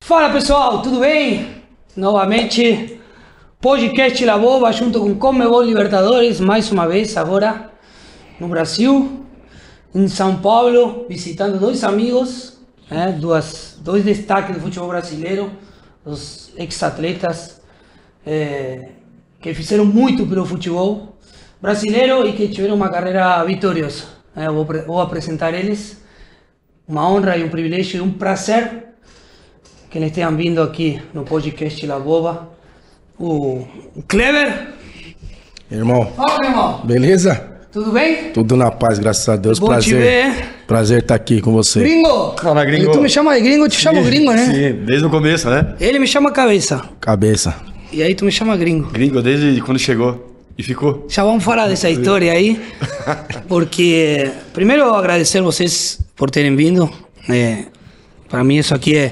Fala pessoal, tudo bem? Novamente, podcast La Boba junto com Conmebol Libertadores, mais uma vez agora no Brasil, em São Paulo, visitando dois amigos, dois destaques do futebol brasileiro, os ex-atletas que fizeram muito pelo futebol brasileiro e que tiveram uma carreira vitoriosa. Vou apresentar eles, uma honra e um privilégio e um prazer que eles tenham vindo aqui no podcast La Boba. O Kleber. Irmão. Fala, meu irmão. Beleza? Tudo bem? Tudo na paz, graças a Deus. Bom prazer. te ver. Prazer estar aqui com você. Gringo. Fala, gringo. Tu me chama de gringo, eu te chamo gringo, né? Sim, desde o começo, né? Ele me chama cabeça. Cabeça. E aí tu me chama gringo. Gringo, desde quando chegou e ficou. Já vamos falar dessa história aí. Porque, primeiro, agradecer vocês por terem vindo. Para mim, isso aqui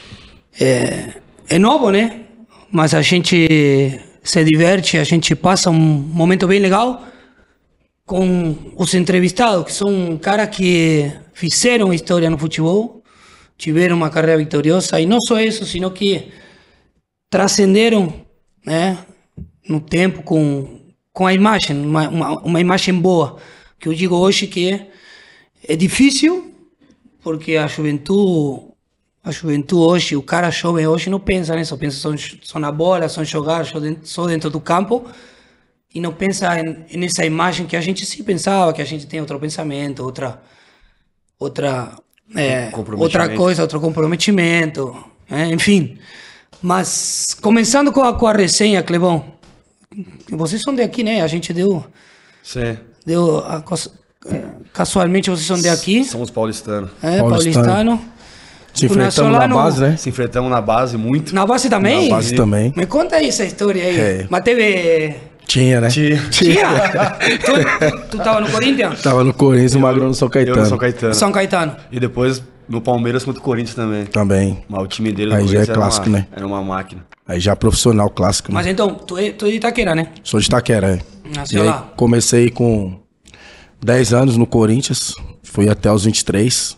é novo, né? Mas a gente se diverte, a gente passa um momento bem legal com os entrevistados, que são caras que fizeram história no futebol, tiveram uma carreira vitoriosa, e não só isso, sino que transcenderam, né, no tempo com a imagem, uma imagem boa, que eu digo hoje que é difícil, porque a juventude hoje, o cara jovem hoje não pensa nisso, pensa só na bola, só em jogar, só dentro do campo, e não pensa nessa imagem que a gente sim pensava, que a gente tem outro pensamento, outra coisa, outro comprometimento, enfim. Mas, começando com a resenha, Clebão, vocês são daqui, né? A gente deu... Sim. Casualmente, vocês são daqui. Somos paulistanos. Paulistano. Se enfrentamos na base, né? Se enfrentamos na base muito. Na base também? Na base também. Me conta aí essa história aí. Mas teve... Tinha, né? Tinha? Tu tava no Corinthians? Tava no Corinthians, o Magrão no São Caetano. Eu no São Caetano. São Caetano. E depois no Palmeiras contra o Corinthians também. Também. Mas o time dele Aí já é clássico, né? Era uma máquina. Aí já profissional, clássico. Mas né? então, tu é de Itaquera, né? Sou de Itaquera, Nasceu E aí, lá. comecei com 10 anos no Corinthians, fui até os 23.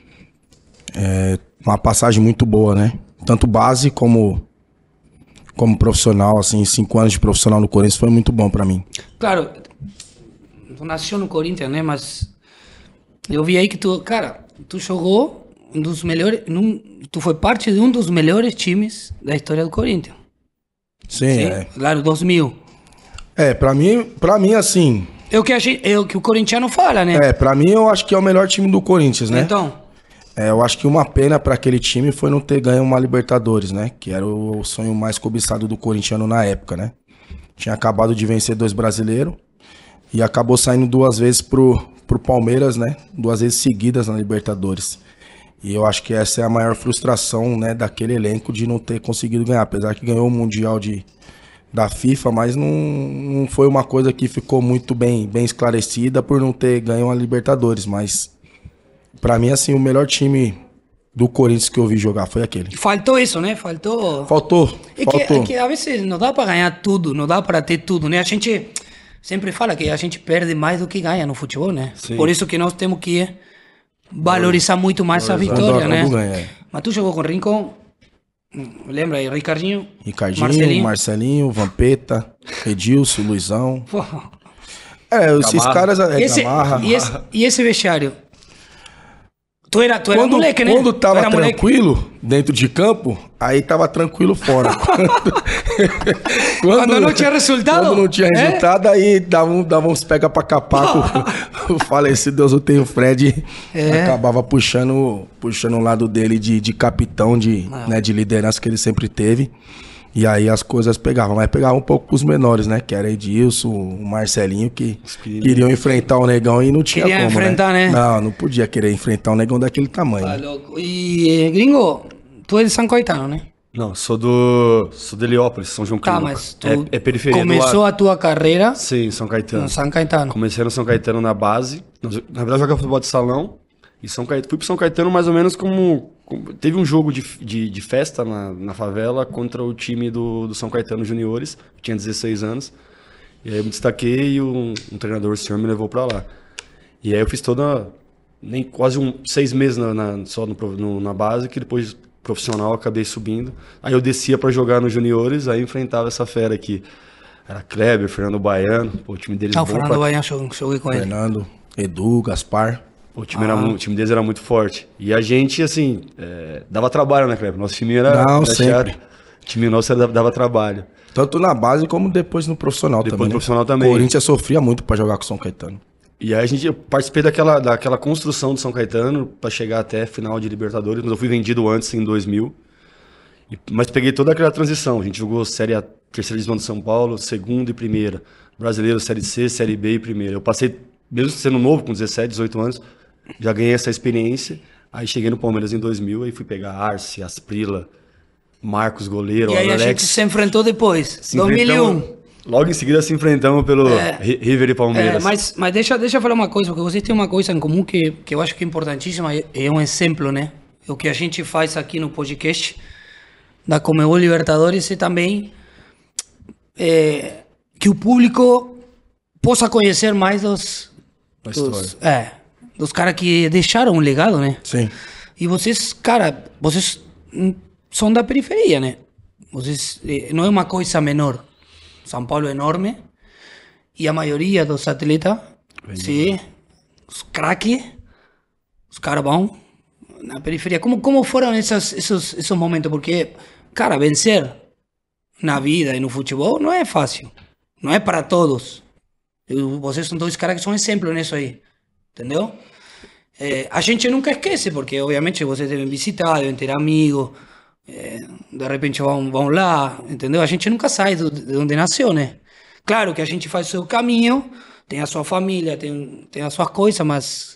Uma passagem muito boa, né? Tanto base como profissional, assim, 5 anos de profissional no Corinthians foi muito bom pra mim. Claro, tu nasceu no Corinthians, né? Mas eu vi aí que tu jogou um dos melhores... Tu foi parte de um dos melhores times da história do Corinthians. Sim, Claro, 2000. pra mim, assim... É o que o corintiano fala, né? Pra mim eu acho que é o melhor time do Corinthians, né? Então... Eu acho que uma pena para aquele time foi não ter ganho uma Libertadores, né? Que era o sonho mais cobiçado do corintiano na época, né? Tinha acabado de vencer 2 brasileiros e acabou saindo 2 vezes pro Palmeiras, né? 2 vezes seguidas na Libertadores. E eu acho que essa é a maior frustração, né, daquele elenco de não ter conseguido ganhar. Apesar que ganhou o Mundial da FIFA, mas não foi uma coisa que ficou muito bem esclarecida por não ter ganho uma Libertadores, mas... Pra mim, assim, o melhor time do Corinthians que eu vi jogar foi aquele. Faltou isso, né? Faltou. Faltou. Que a vezes não dá pra ganhar tudo, não dá pra ter tudo, né? A gente sempre fala que a gente perde mais do que ganha no futebol, né? Sim. Por isso que nós temos que valorizar muito mais a vitória, né? Ganha, Mas tu jogou com o Rincon, lembra aí? Ricardinho, Marcelinho, Vampeta, Edilson, Luizão. Porra. Esses caras... Gamarra. E esse vestiário? Tu era moleque, né? Quando tava tranquilo dentro de campo, aí tava tranquilo fora. Quando não tinha resultado? Quando não tinha resultado, aí dava uns pega pra capar. O falecido Deus, eu tenho o Fred. Acabava puxando o lado dele de capitão, de liderança que ele sempre teve. E aí as coisas pegavam, mas pegava um pouco os menores, né? Que era Edilson, o Marcelinho, que queriam enfrentar o Negão e não tinha como, enfrentar, né? Não podia querer enfrentar um Negão daquele tamanho. Tá louco. E, gringo, tu é de São Caetano, né? Não, sou de Heliópolis, São João Clínico. Mas tu é periferia começou a tua carreira... Sim, São Caetano. No São Caetano. Comecei no São Caetano na base. Na verdade, eu jogava futebol de salão. E fui pro São Caetano mais ou menos como teve um jogo de festa na favela contra o time do São Caetano Juniores. Eu tinha 16 anos. E aí eu me destaquei e um treinador, o senhor, me levou pra lá. E aí eu fiz quase 6 meses só na base, que depois profissional, acabei subindo. Aí eu descia para jogar nos juniores, aí enfrentava essa fera aqui. Era Kleber, Fernando Baiano, pô, o time deles o Fernando Baiano joguei com ele. Fernando, Edu, Gaspar. O time deles era muito forte. E a gente, assim, dava trabalho, né, Kleber? Nosso time era sempre. O time nosso dava trabalho. Tanto na base como depois no profissional também. Depois no profissional também. O Corinthians sofria muito para jogar com o São Caetano. E aí eu participei daquela construção do São Caetano para chegar até final de Libertadores, mas eu fui vendido antes, em 2000. Mas peguei toda aquela transição. A gente jogou terceira divisão de São Paulo, segunda e primeira. Brasileiro, Série C, Série B e primeira. Eu passei, mesmo sendo novo, com 17, 18 anos, já ganhei essa experiência. Aí cheguei no Palmeiras em 2000, aí fui pegar Arce, Asprila, Marcos, goleiro, E aí Alex. a gente se enfrentou depois, 2001. Logo em seguida se enfrentamos pelo River e Palmeiras. Mas deixa eu falar uma coisa, porque vocês têm uma coisa em comum que eu acho que é importantíssima, é um exemplo, né? O que a gente faz aqui no podcast da Conmebol Libertadores é também que o público possa conhecer mais dos caras que deixaram um legado, né? Sim. E vocês, cara, vocês são da periferia, né? Vocês, não é uma coisa menor. São Paulo é enorme e a maioria dos atletas, sim, os craques, os caras vão na periferia. Como foram esses momentos? Porque, cara, vencer na vida e no futebol não é fácil. Não é para todos. Vocês são dois caras que são exemplo nisso aí. Entendeu? A gente nunca esquece, porque obviamente vocês devem visitar, devem ter amigos. De repente vão lá, entendeu? A gente nunca sai de onde nasceu, né? Claro que a gente faz o seu caminho, tem a sua família, tem as suas coisas, mas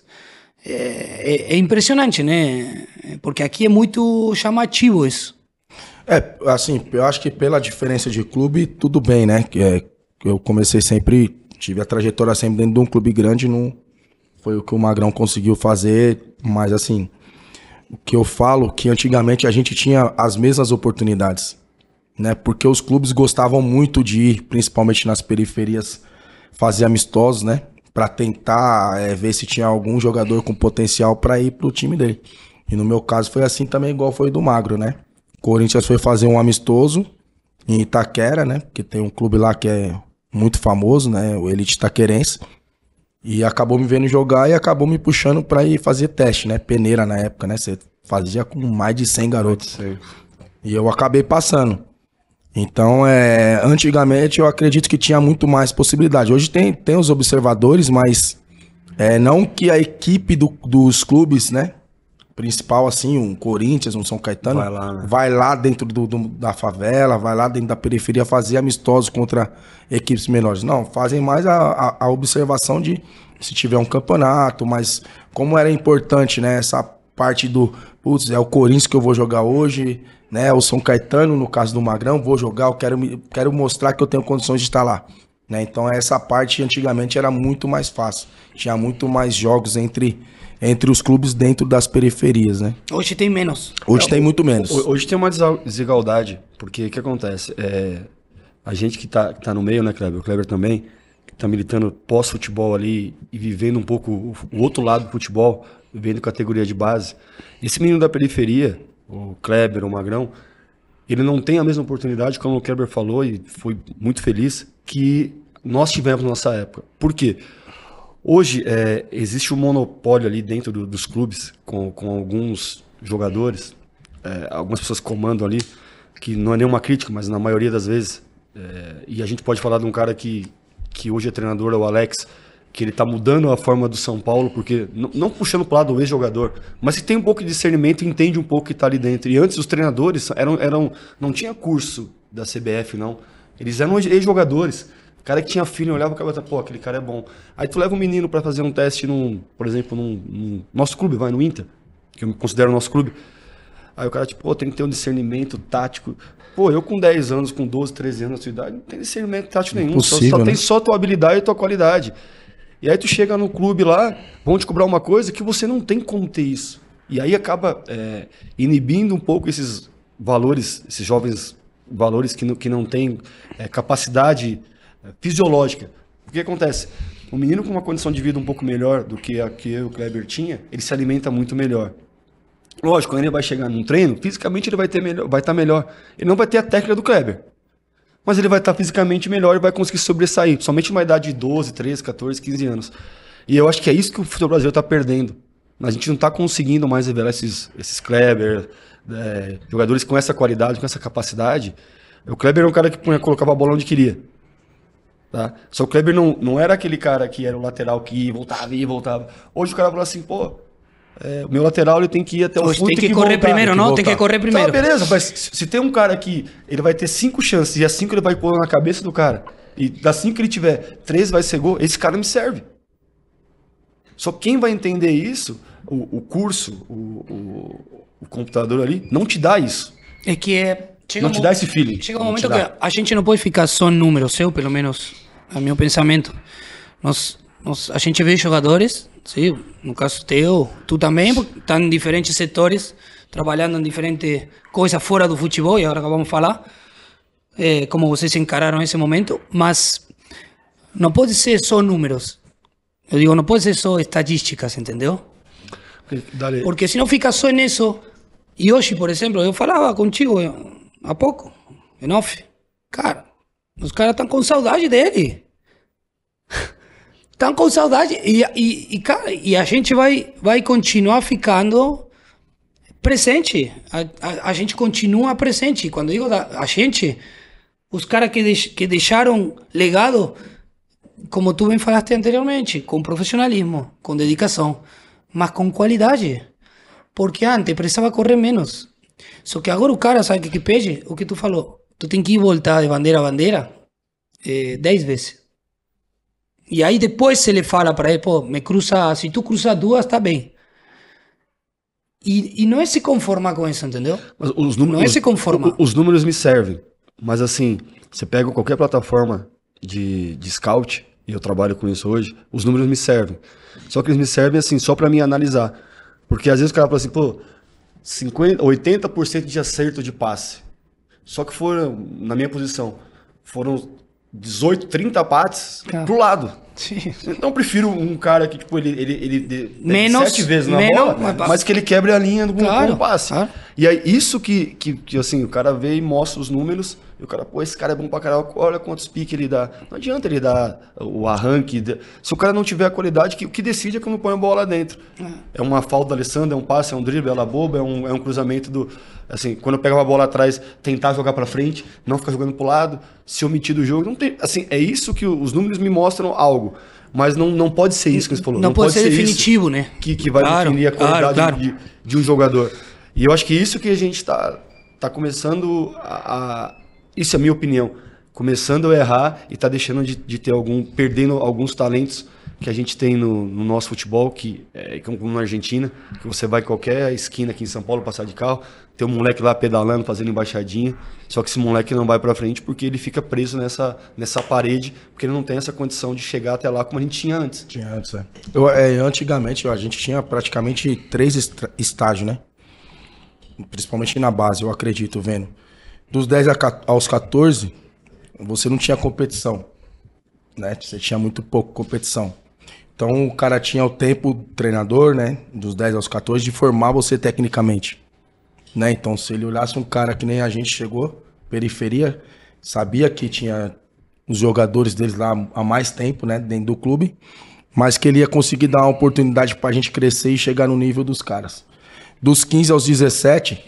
é impressionante, né? Porque aqui é muito chamativo isso. Assim, eu acho que pela diferença de clube, tudo bem, né? Eu comecei sempre, tive a trajetória sempre dentro de um clube grande, não foi o que o Magrão conseguiu fazer, mas assim... O que eu falo que antigamente a gente tinha as mesmas oportunidades, né? Porque os clubes gostavam muito de ir, principalmente nas periferias, fazer amistosos, né? Para tentar ver se tinha algum jogador com potencial para ir pro time dele. E no meu caso foi assim também, igual foi do Magro, né? O Corinthians foi fazer um amistoso em Itaquera, né? Porque tem um clube lá que é muito famoso, né? O Elite Itaquerense. E acabou me vendo jogar e acabou me puxando pra ir fazer teste, né? Peneira na época, né? Você fazia com mais de 100 garotos. E eu acabei passando. Então, antigamente eu acredito que tinha muito mais possibilidade. Hoje tem os observadores, mas não que a equipe dos clubes, né? Principal, assim, um Corinthians, um São Caetano, vai lá dentro da favela, vai lá dentro da periferia fazer amistosos contra equipes menores. Não, fazem mais a observação de se tiver um campeonato, mas como era importante, né, essa parte do, putz, é o Corinthians que eu vou jogar hoje, né, o São Caetano, no caso do Magrão, vou jogar, eu quero mostrar que eu tenho condições de estar lá. Né? Então essa parte antigamente era muito mais fácil, tinha muito mais jogos entre os clubes dentro das periferias, né? Hoje tem menos. Hoje tem muito menos. Hoje tem uma desigualdade, porque o que acontece? A gente que tá no meio, né, Kleber? O Kleber também, que tá militando pós-futebol ali e vivendo um pouco o outro lado do futebol, vivendo categoria de base. Esse menino da periferia, o Kleber, o Magrão, ele não tem a mesma oportunidade, como o Kleber falou, e foi muito feliz, que nós tivemos na nossa época. Por quê? Hoje existe um monopólio ali dentro dos clubes, com alguns jogadores, algumas pessoas comandam ali, que não é nenhuma crítica, mas na maioria das vezes, e a gente pode falar de um cara que hoje é treinador, é o Alex, que ele está mudando a forma do São Paulo, porque não puxando para o lado do ex-jogador, mas que tem um pouco de discernimento e entende um pouco o que está ali dentro. E antes os treinadores não tinha curso da CBF, não. Eles eram ex-jogadores. O cara que tinha filho olhava e falava, pô, aquele cara é bom. Aí tu leva um menino para fazer um teste, por exemplo, num nosso clube, no Inter, que eu me considero nosso clube. Aí o cara, tipo, pô, tem que ter um discernimento tático. Pô, eu com 10 anos, com 12, 13 anos na sua idade, não tem discernimento tático nenhum. Só né? Tem só tua habilidade e tua qualidade. E aí tu chega no clube lá, vão te cobrar uma coisa que você não tem como ter isso. E aí acaba inibindo um pouco esses valores, esses jovens valores que não têm capacidade fisiológica. O que acontece? O menino com uma condição de vida um pouco melhor do que a que eu e o Kleber tinha, ele se alimenta muito melhor. Lógico, quando ele vai chegar num treino, fisicamente ele vai estar melhor. Ele não vai ter a técnica do Kleber. Mas ele vai estar fisicamente melhor e vai conseguir sobressair. Somente numa idade de 12, 13, 14, 15 anos. E eu acho que é isso que o futebol brasileiro está perdendo. A gente não está conseguindo mais revelar esses Kleber, jogadores com essa qualidade, com essa capacidade. O Kleber era um cara que colocava a bola onde queria. Tá? Só que o Kleber não era aquele cara que era o lateral que ia e voltava. Hoje o cara fala assim, pô, o meu lateral ele tem que ir até o fundo. Tem que correr primeiro, não? Tem que correr primeiro. Tá, beleza, mas se tem um cara que ele vai ter 5 chances e as 5 ele vai pôr na cabeça do cara, e das 5 que ele tiver, 3 vai ser gol, esse cara me serve. Só quem vai entender isso, o curso, o computador ali, não te dá isso. É que não te dá esse feeling. Chega um momento que a gente não pode ficar só em números, eu pelo menos, a meu pensamento. A gente vê jogadores, sim, no caso teu, tu também, porque estão em diferentes setores, trabalhando em diferentes coisas fora do futebol, e agora vamos falar como vocês encararam esse momento, mas não pode ser só números. Eu digo, não pode ser só estatísticas, entendeu? Dale. Porque se não fica só nisso, e hoje, por exemplo, eu falava contigo há pouco, em off, cara, os caras estão com saudade dele. Estão com saudade cara, e a gente vai continuar ficando presente. A gente continua presente. Quando digo a gente, os caras que deixaram legado, como tu bem falaste anteriormente, com profissionalismo, com dedicação, mas com qualidade. Porque antes precisava correr menos. Só que agora o cara sabe que pede, o que tu falou, tu tem que ir voltar de bandeira a bandeira 10 vezes. E aí depois você lhe fala para ele, pô, se tu cruzar 2, tá bem. E não é se conformar com isso, entendeu? Mas os números, não é se conformar. Os números me servem, mas assim, você pega qualquer plataforma de scout, e eu trabalho com isso hoje, os números me servem. Só que eles me servem assim, só para mim analisar. Porque às vezes o cara fala assim, pô, 80% de acerto de passe. Só que foram, na minha posição, foram 18, 30 passes pro lado. Sim. Então eu prefiro um cara que tipo, ele menos, 7 vezes na bola, mas que ele quebre a linha com o passe. Claro. E aí isso que assim, o cara vê e mostra os números, e o cara, pô, esse cara é bom pra caralho, olha quantos piques ele dá. Não adianta ele dar o arranque. Se o cara não tiver a qualidade, o que decide é quando põe a bola lá dentro. É uma falta do Alessandro, é um passe, é um drible, é uma boba, é um cruzamento do... Assim, quando eu pegava a bola atrás, tentar jogar pra frente, não ficar jogando pro lado, se omitir do jogo, não tem... Assim, é isso que os números me mostram algo. Mas não pode ser isso que você falou. Não pode ser definitivo, né? Que vai definir a qualidade de um jogador. E eu acho que isso que a gente tá começando a... Isso é a minha opinião. Começando a errar e tá deixando de ter perdendo alguns talentos que a gente tem no nosso futebol, que é como na Argentina, que você vai em qualquer esquina aqui em São Paulo, passar de carro, tem um moleque lá pedalando, fazendo embaixadinha, só que esse moleque não vai pra frente porque ele fica preso nessa parede, porque ele não tem essa condição de chegar até lá como a gente tinha antes. Tinha antes, antigamente a gente tinha praticamente 3 estágios, né? Principalmente na base, eu acredito, vendo. Dos 10 aos 14, você não tinha competição, né? Você tinha muito pouco competição. Então o cara tinha o tempo, o treinador, né? Dos 10 aos 14, de formar você tecnicamente. Né? Então, se ele olhasse um cara que nem a gente chegou, periferia, sabia que tinha os jogadores deles lá há mais tempo, né, dentro do clube, mas que ele ia conseguir dar uma oportunidade pra gente crescer e chegar no nível dos caras. Dos 15 aos 17,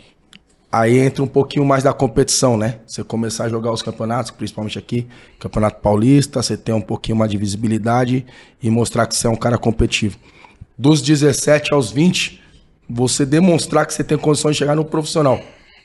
aí entra um pouquinho mais da competição, né? Você começar a jogar os campeonatos, principalmente aqui, Campeonato Paulista, você tem um pouquinho mais de visibilidade e mostrar que você é um cara competitivo. Dos 17 aos 20... você demonstrar que você tem condições de chegar no profissional.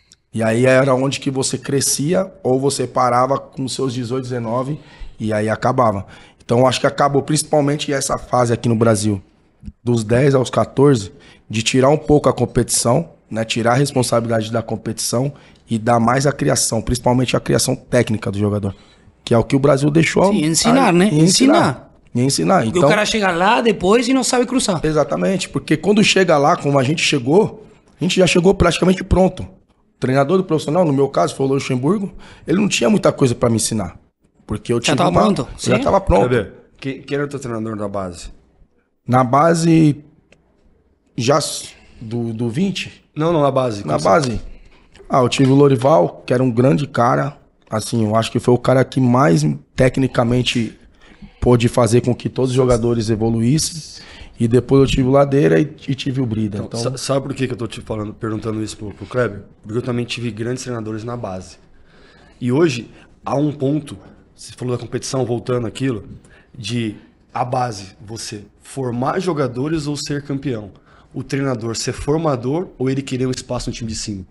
E aí era onde que você crescia ou você parava com seus 18, 19 e aí acabava. Então acho que acabou principalmente essa fase aqui no Brasil, dos 10 aos 14, de tirar um pouco a competição, né, tirar a responsabilidade da competição e dar mais a criação, principalmente a criação técnica do jogador, que é o que o Brasil deixou. Sim, ensinar, né? Ensinar. E ensinar. Porque então, o cara chega lá depois e não sabe cruzar. Exatamente, porque quando chega lá, como a gente já chegou praticamente pronto. O treinador do profissional, no meu caso, foi o Luxemburgo, ele não tinha muita coisa para me ensinar. Porque eu já estava pronto. Já estava pronto. Quem era o teu treinador da base? Na base, já Do 20? Não, na base. Na base? Eu tive o Lorival, que era um grande cara. Assim, eu acho que foi o cara que mais tecnicamente pôde fazer com que todos os jogadores evoluíssem. E depois eu tive o Ladeira e tive o Brida. Então, sabe por que eu tô te perguntando isso pro Kleber? Porque eu também tive grandes treinadores na base. E hoje, há um ponto, você falou da competição, voltando aquilo, de a base, você formar jogadores ou ser campeão. O treinador ser formador ou ele querer um espaço no time de cima?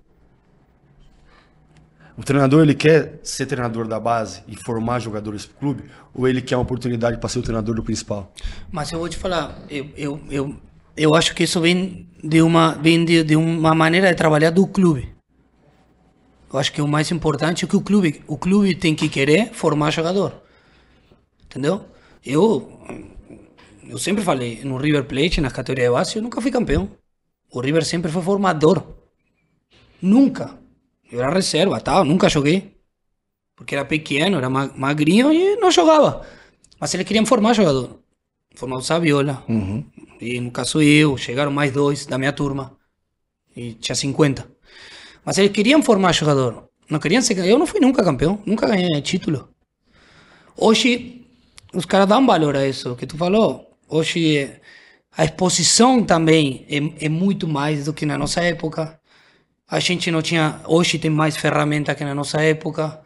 O treinador, ele quer ser treinador da base e formar jogadores pro clube? Ou ele quer uma oportunidade para ser o treinador do principal? Mas eu vou te falar, eu acho que isso vem de uma maneira de trabalhar do clube. Eu acho que o mais importante é que o clube tem que querer formar jogador. Entendeu? Eu sempre falei, no River Plate, nas categorias de base, eu nunca fui campeão. O River sempre foi formador. Nunca. Eu era reserva, tal, nunca joguei. Porque era pequeno, era magrinho e não jogava. Mas eles queriam formar jogador. Formar o Saviola. Uhum. E no caso eu, chegaram mais 2 da minha turma. E tinha 50. Mas eles queriam formar jogador. Não queriam ser campeão. Eu não fui nunca campeão. Nunca ganhei título. Hoje, os caras dão valor a isso que tu falou. Hoje, a exposição também é muito mais do que na nossa época. A gente não tinha... Hoje tem mais ferramenta que na nossa época.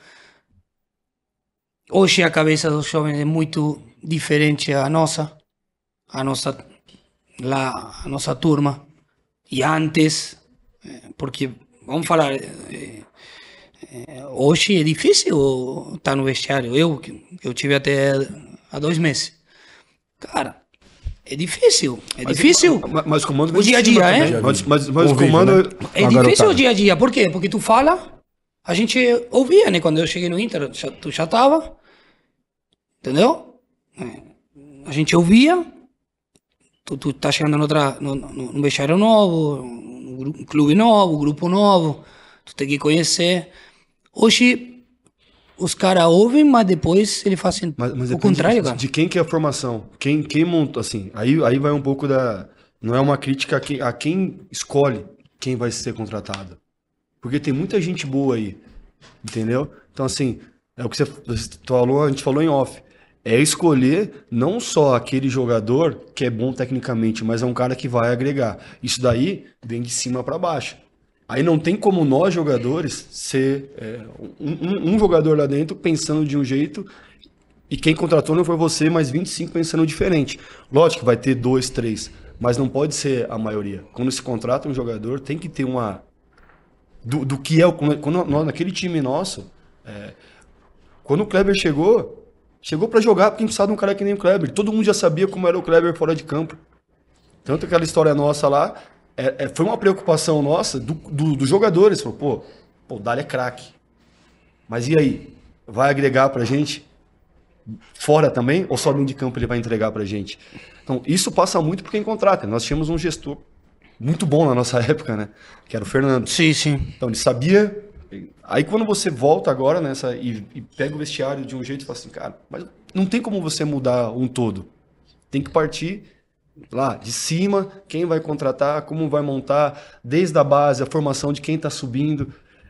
Hoje a cabeça dos jovens é muito diferente à nossa. A nossa turma. E antes... Porque, vamos falar... hoje é difícil estar no vestiário. Eu tive até há 2 meses. Cara... É difícil. Mas o comando o dia a dia, é? Mas o comando... Né? É difícil o dia a dia. Por quê? Porque tu fala, a gente ouvia, né? Quando eu cheguei no Inter, tu já tava. Entendeu? A gente ouvia. Tu tá chegando num vestiário novo, um clube novo, um grupo novo. Tu tem que conhecer. Hoje... Os caras ouvem, mas depois eles fazem o contrário, cara. De quem que é a formação? Quem monta, assim, aí vai um pouco da... Não é uma crítica a quem escolhe quem vai ser contratado. Porque tem muita gente boa aí, entendeu? Então, assim, é o que você falou, a gente falou em off. É escolher não só aquele jogador que é bom tecnicamente, mas é um cara que vai agregar. Isso daí vem de cima para baixo. Aí não tem como nós, jogadores, ser um jogador lá dentro pensando de um jeito e quem contratou não foi você, mas 25 pensando diferente. Lógico que vai ter 2, 3, mas não pode ser a maioria. Quando se contrata um jogador, tem que ter uma... Do que é... Quando naquele time nosso, quando o Kleber chegou para jogar, porque a gente precisava de um cara que nem o Kleber. Todo mundo já sabia como era o Kleber fora de campo. Tanto aquela história nossa lá... foi uma preocupação nossa dos jogadores. Falou, pô, o Dali é craque. Mas e aí? Vai agregar pra gente fora também? Ou só dentro de campo ele vai entregar pra gente? Então, isso passa muito por quem contrata. Nós tínhamos um gestor muito bom na nossa época, né? Que era o Fernando. Sim. Então, ele sabia... Aí, quando você volta agora nessa e pega o vestiário de um jeito e fala assim, cara, mas não tem como você mudar um todo. Tem que partir... lá de cima, quem vai contratar, como vai montar, desde a base, a formação de quem está subindo.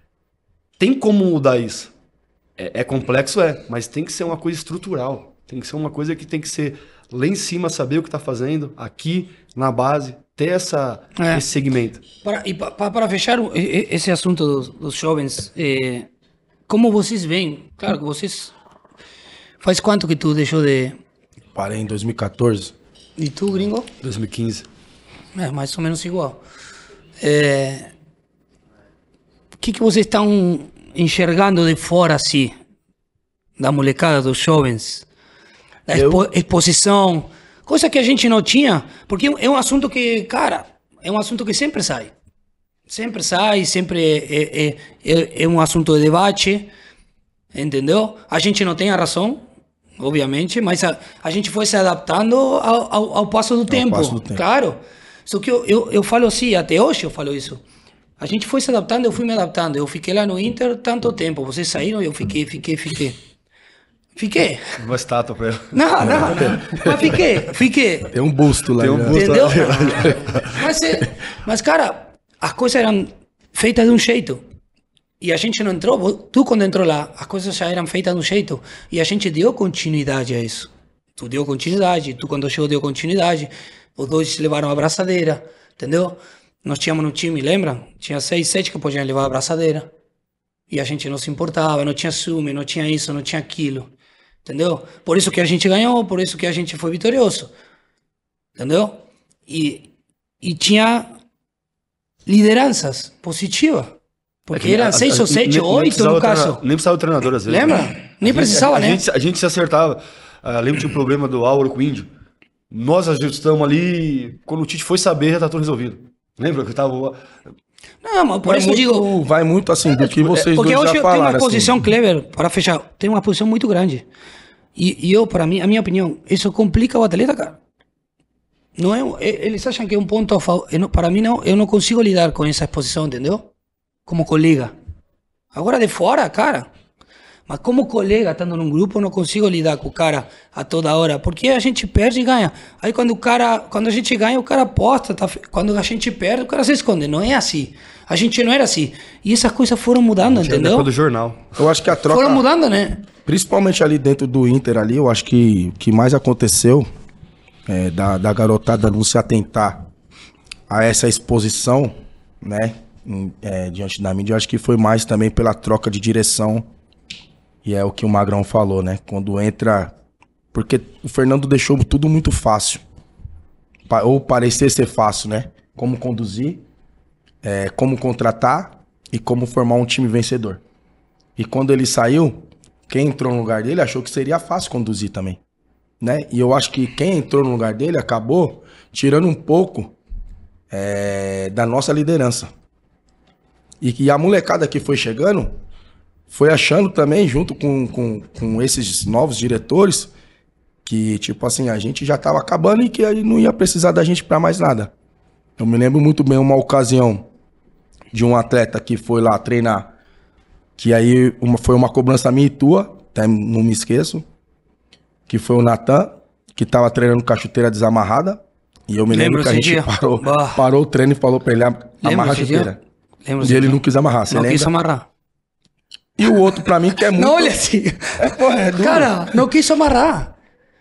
Tem como mudar isso? É complexo, mas tem que ser uma coisa estrutural. Tem que ser uma coisa que tem que ser lá em cima, saber o que está fazendo, aqui na base, ter esse segmento. Para fechar esse assunto dos jovens, como vocês veem? Claro que vocês... Faz quanto que tu deixou de... Parei em 2014. E tu, gringo? 2015. Mais ou menos igual. O que vocês estão enxergando de fora, assim, da molecada, dos jovens? Da exposição, coisa que a gente não tinha, porque é um assunto que, cara, é um assunto que sempre sai. Sempre sai, sempre é um assunto de debate, entendeu? A gente não tem a razão, obviamente, mas a gente foi se adaptando ao passo do tempo. Claro. Só que eu falo assim, até hoje eu falo isso. A gente foi se adaptando, eu fui me adaptando. Eu fiquei lá no Inter tanto tempo. Vocês saíram, eu fiquei. Fiquei. Uma estátua pra ela. Não. Mas fiquei. Tem um busto lá. Tem um busto. Entendeu? Mas, cara, as coisas eram feitas de um jeito. E a gente não entrou. Tu, quando entrou lá, as coisas já eram feitas de um jeito. E a gente deu continuidade a isso. Tu deu continuidade. Tu, quando chegou, deu continuidade. Os dois levaram a abraçadeira. Entendeu? Nós tínhamos no time, lembra? Tinha 6, 7 que podiam levar a abraçadeira. E a gente não se importava, não tinha ciúme, não tinha isso, não tinha aquilo. Entendeu? Por isso que a gente ganhou, por isso que a gente foi vitorioso. Entendeu? E tinha lideranças positivas. Porque eram 6 ou 7, 8 no caso. Nem precisava do treinador, às vezes. Lembra? Né? Nem precisava, né? A gente se acertava. Lembra que tinha um problema do Álvaro com o Índio? Nós ajustamos ali, quando o Tite foi saber, já tá tudo resolvido. Lembra que eu tava... Não, mas por isso eu digo... Vai muito assim do que vocês porque dois hoje já falaram. Tem uma posição, assim. Kleber, para fechar, tem uma posição muito grande. E eu, para mim, a minha opinião, isso complica o atleta, cara. Não é, eles acham que é um ponto a favor. Para mim, não, eu não consigo lidar com essa exposição, entendeu? Como colega. Agora de fora, cara... Mas como colega, estando num grupo, eu não consigo lidar com o cara a toda hora. Porque a gente perde e ganha. Aí quando a gente ganha, o cara aposta. Tá? Quando a gente perde, o cara se esconde. Não é assim. A gente não era assim. E essas coisas foram mudando, entendeu? Depois do jornal. Eu acho que a troca... Foram mudando, né? Principalmente ali dentro do Inter ali, eu acho que o que mais aconteceu da garotada não se atentar a essa exposição, né? Diante da mídia, eu acho que foi mais também pela troca de direção. E é o que o Magrão falou, né? Quando entra... Porque o Fernando deixou tudo muito fácil. Ou parecer ser fácil, né? Como conduzir, como contratar e como formar um time vencedor. E quando ele saiu, quem entrou no lugar dele achou que seria fácil conduzir também, né? E eu acho que quem entrou no lugar dele acabou tirando um pouco da nossa liderança. E a molecada que foi chegando... foi achando também, junto com esses novos diretores, que, tipo assim, a gente já tava acabando e que aí não ia precisar da gente pra mais nada. Eu me lembro muito bem uma ocasião de um atleta que foi lá treinar, que aí foi uma cobrança minha e tua, até não me esqueço, que foi o Natan, que tava treinando com a chuteira desamarrada, e eu me lembro que a gente parou o treino e falou pra ele amarrar a chuteira. E ele não quis amarrar, você lembra? Não quis amarrar. E o outro, pra mim, que é muito... Não, olha assim. Cara, não quis amarrar.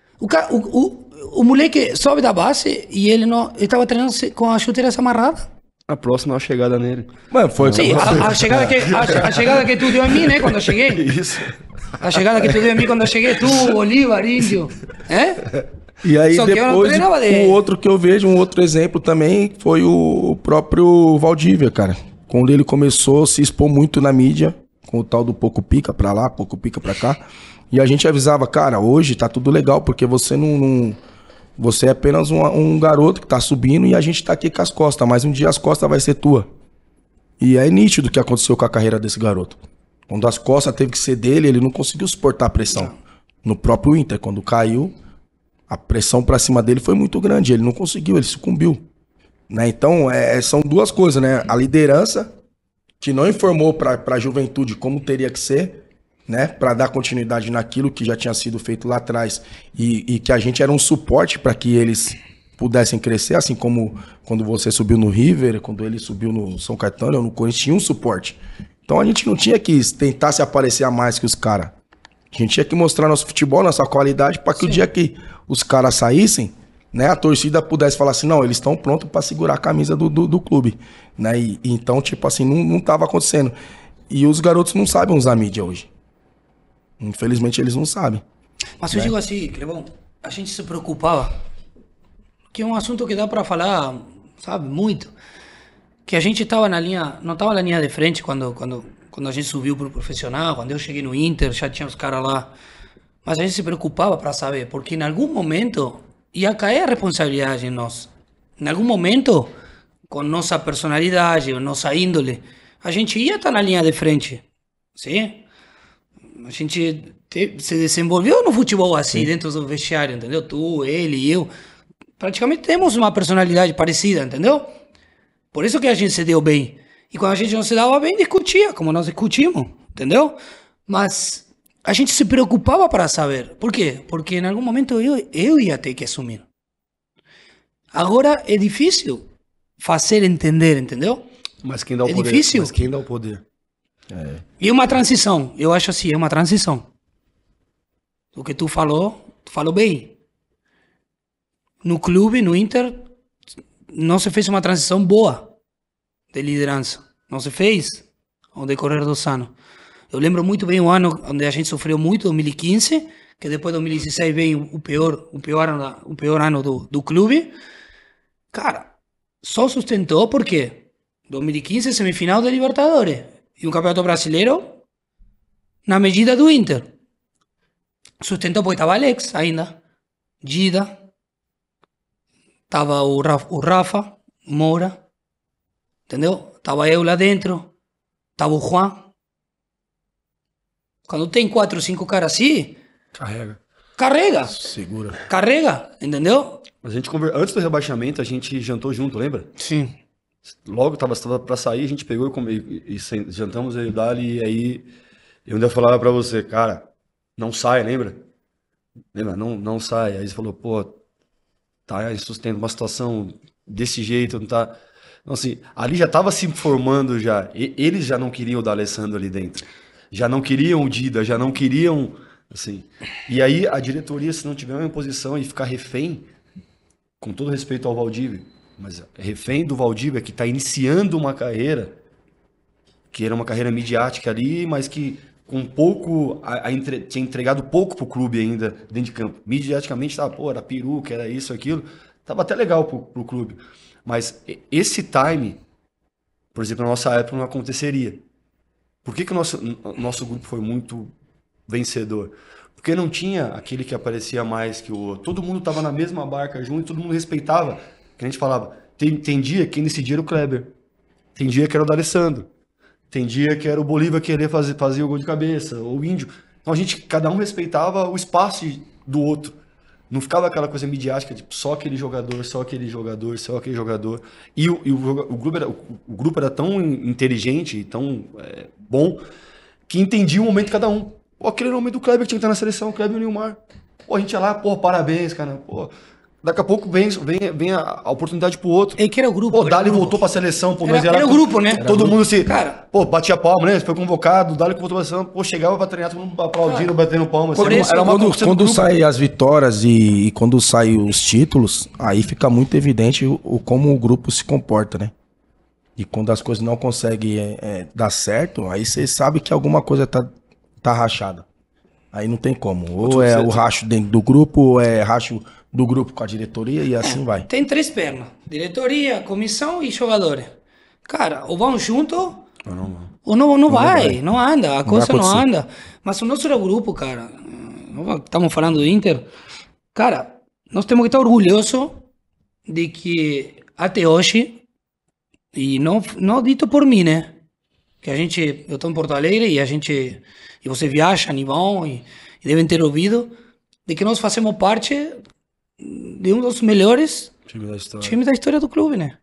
O moleque sobe da base e ele tava treinando com a chuteira amarrada. A próxima chegada nele. Mano, foi... Sim, a chegada que tu deu a mim, né, quando eu cheguei. Isso. A chegada que tu deu a mim quando eu cheguei. Tu, Oliva, Índio. E aí Só depois, o outro que eu vejo, um outro exemplo também, foi o próprio Valdívia, cara. Quando ele começou a se expor muito na mídia... com o tal do pouco pica pra lá, pouco pica pra cá. E a gente avisava, cara, hoje tá tudo legal, porque você você é apenas um garoto que tá subindo e a gente tá aqui com as costas, mas um dia as costas vai ser tua. E é nítido o que aconteceu com a carreira desse garoto. Quando as costas teve que ser dele, ele não conseguiu suportar a pressão. No próprio Inter, quando caiu, a pressão pra cima dele foi muito grande, ele não conseguiu, ele sucumbiu. Né? Então, são duas coisas, né? A liderança... que não informou para a juventude como teria que ser, né, para dar continuidade naquilo que já tinha sido feito lá atrás e que a gente era um suporte para que eles pudessem crescer, assim como quando você subiu no River, quando ele subiu no São Caetano ou no Corinthians, tinha um suporte. Então a gente não tinha que tentar se aparecer a mais que os caras. A gente tinha que mostrar nosso futebol, nossa qualidade, para que o dia que os caras saíssem, né, a torcida pudesse falar assim, não, eles estão prontos para segurar a camisa do clube, né, e então, tipo assim, não tava acontecendo. E os garotos não sabem usar a mídia hoje. Infelizmente, eles não sabem. Mas eu digo assim, Clebão, a gente se preocupava, que é um assunto que dá para falar, sabe, muito, que a gente tava na linha, não tava na linha de frente quando a gente subiu pro profissional, quando eu cheguei no Inter, já tinha os caras lá, mas a gente se preocupava para saber, porque em algum momento... ia cair a responsabilidade em nós. Em algum momento, com nossa personalidade, nossa índole, a gente ia estar na linha de frente. Sim? A gente se desenvolveu no futebol assim, sim, dentro do vestiário, entendeu? Tu, ele e eu. Praticamente temos uma personalidade parecida, entendeu? Por isso que a gente se deu bem. E quando a gente não se dava bem, discutia, como nós discutimos, entendeu? Mas a gente se preocupava para saber. Por quê? Porque em algum momento eu ia ter que assumir. Agora é difícil fazer entender, entendeu? Mas quem dá o É poder? difícil. Mas quem dá o poder? E uma transição, eu acho assim, é uma transição. O que tu falou bem. No clube, no Inter, não se fez uma transição boa de liderança. Não se fez ao decorrer dos anos. Eu lembro muito bem o ano onde a gente sofreu muito, 2015, que depois de 2016 veio o pior ano do clube. Cara, só sustentou porque 2015 semifinal de Libertadores e um campeonato brasileiro na medida do Inter. Sustentou porque estava Alex ainda, Gida, estava o Rafa, Moura, entendeu? Estava eu lá dentro, estava o Juan. Quando tem 4 ou 5 caras assim, carrega, Segura. carrega, entendeu? A gente antes do rebaixamento, a gente jantou junto, lembra? Sim. Logo tava pra sair, a gente pegou e jantamos aí o Dali, e aí eu ainda falava pra você, cara, não sai, lembra? Lembra? Não sai. Aí você falou, pô, tá sustentando uma situação desse jeito, não tá... Então, assim, ali já tava se formando já. Eles já não queriam o D'Alessandro ali dentro. Já não queriam o Dida, já não queriam, assim... E aí a diretoria, se não tiver uma imposição e ficar refém, com todo respeito ao Valdívia, mas refém do Valdívia, que está iniciando uma carreira, que era uma carreira midiática ali, mas que com pouco, tinha entregado pouco pro clube ainda dentro de campo. Midiaticamente tava, pô, era peruca, era isso, aquilo. Tava até legal pro clube. Mas esse time, por exemplo, na nossa época não aconteceria. Por que o nosso grupo foi muito vencedor? Porque não tinha aquele que aparecia mais que o outro. Todo mundo tava na mesma barca junto, todo mundo respeitava. Que a gente falava, tem dia que nesse dia era o Kleber, tem dia que era o D'Alessandro, tem dia que era o Bolívar querer fazer o gol de cabeça, ou o Índio. Então cada um respeitava o espaço do outro. Não ficava aquela coisa midiática de só aquele jogador, só aquele jogador, só aquele jogador. E o grupo era tão inteligente e tão bom que entendia o momento de cada um. Pô, aquele era o momento do Kleber que tinha que estar na seleção, o Kleber e o Nilmar. Pô, a gente ia lá, pô, parabéns, cara. Pô, daqui a pouco vem a oportunidade pro outro. É que era o grupo. Pô, o Dali voltou pra seleção. Pô, era o grupo, né? Todo mundo se... Cara, pô, batia palma, né? Foi convocado, o Dali voltou pra seleção. Pô, chegava pra treinar, todo mundo aplaudindo, batendo palma. Por isso, quando saem as vitórias e quando saem os títulos, aí fica muito evidente como o grupo se comporta, né? E quando as coisas não conseguem dar certo, aí você sabe que alguma coisa tá rachada. Aí não tem como. Ou é o racho dentro do grupo, ou é racho do grupo com a diretoria e assim vai. Tem 3 pernas. Diretoria, comissão e jogadores. Cara, ou vão junto, ou não vai. Não anda. A coisa não anda. Mas o nosso grupo, cara, estamos falando do Inter, cara, nós temos que estar orgulhosos de que até hoje, e não dito por mim, né? Que eu estou em Porto Alegre e você viajam e vão e devem ter ouvido de que nós fazemos parte de um dos melhores times da história do clube, né?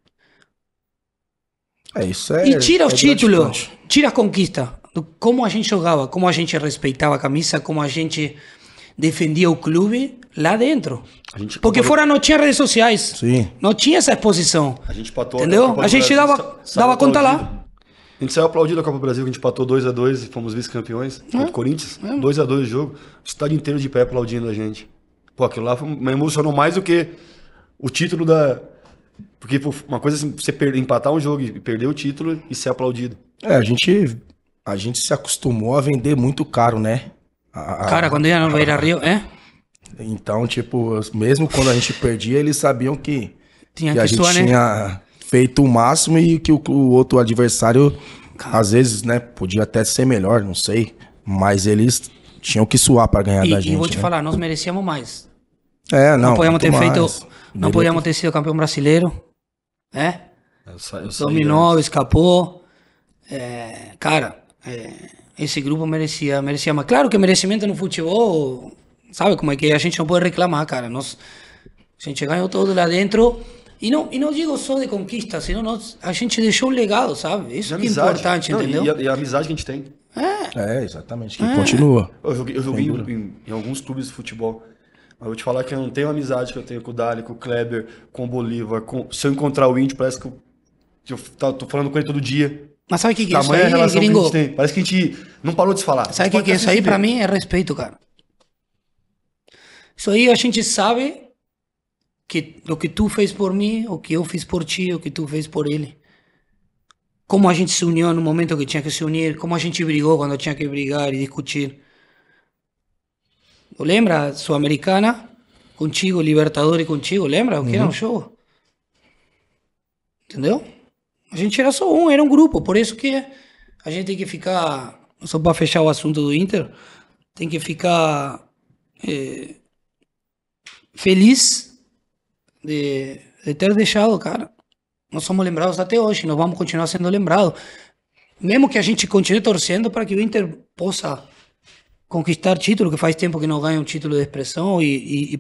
Isso e tira os títulos, tira a conquista, como a gente jogava, como a gente respeitava a camisa, como a gente defendia o clube lá dentro. Porque fora não tinha redes sociais. Sim. Não tinha essa exposição. A gente patou, entendeu? A gente dava conta lá. A gente saiu aplaudido da Copa do Brasil, que a gente patou 2-2 e fomos vice-campeões contra o Corinthians. 2-2 o jogo. O estádio inteiro de pé aplaudindo a gente. Pô, aquilo lá me emocionou mais do que o título da... Porque pô, uma coisa assim, você empatar um jogo e perder o título e ser aplaudido. A gente se acostumou a vender muito caro, né? Cara, quando ia no Beira Rio, Então, tipo, mesmo quando a gente perdia, eles sabiam que a gente suar, tinha feito o máximo e que o outro adversário, às vezes, né, podia até ser melhor, não sei. Mas eles tinham que suar para ganhar da gente. E vou te falar, nós merecíamos mais. Não. Não podíamos ter feito. Não podíamos ter sido campeão brasileiro. Dominou, escapou. Cara, esse grupo merecia mais. Claro que merecimento no futebol, sabe como é que a gente não pode reclamar, cara. A gente ganhou todo lá dentro. E não digo só de conquista, senão a gente deixou um legado, sabe? Isso que é importante, entendeu? E a amizade que a gente tem. Exatamente, que continua. Eu joguei em alguns clubes de futebol. Mas eu vou te falar que eu não tenho a amizade que eu tenho com o Dali, com o Kleber, com o Bolívar. Se eu encontrar o Índio, parece que eu tô falando com ele todo dia. Mas sabe o que é isso Tamanha aí, relação gringo? que a gente tem. Parece que a gente não parou de se falar. Sabe o que é isso aí? Pra mim é respeito, cara. Isso aí a gente sabe que o que tu fez por mim, o que eu fiz por ti, o que tu fez por ele. Como a gente se uniu no momento que tinha que se unir, como a gente brigou quando tinha que brigar e discutir. Lembra? Sul-Americana, contigo, Libertadores contigo, lembra o que era um show? Entendeu? A gente era só um, era um grupo, por isso que a gente tem que ficar, só para fechar o assunto do Inter, tem que ficar feliz de ter deixado, cara. Nós somos lembrados até hoje, nós vamos continuar sendo lembrados. Mesmo que a gente continue torcendo para que o Inter possa conquistar título, que faz tempo que não ganha um título de expressão e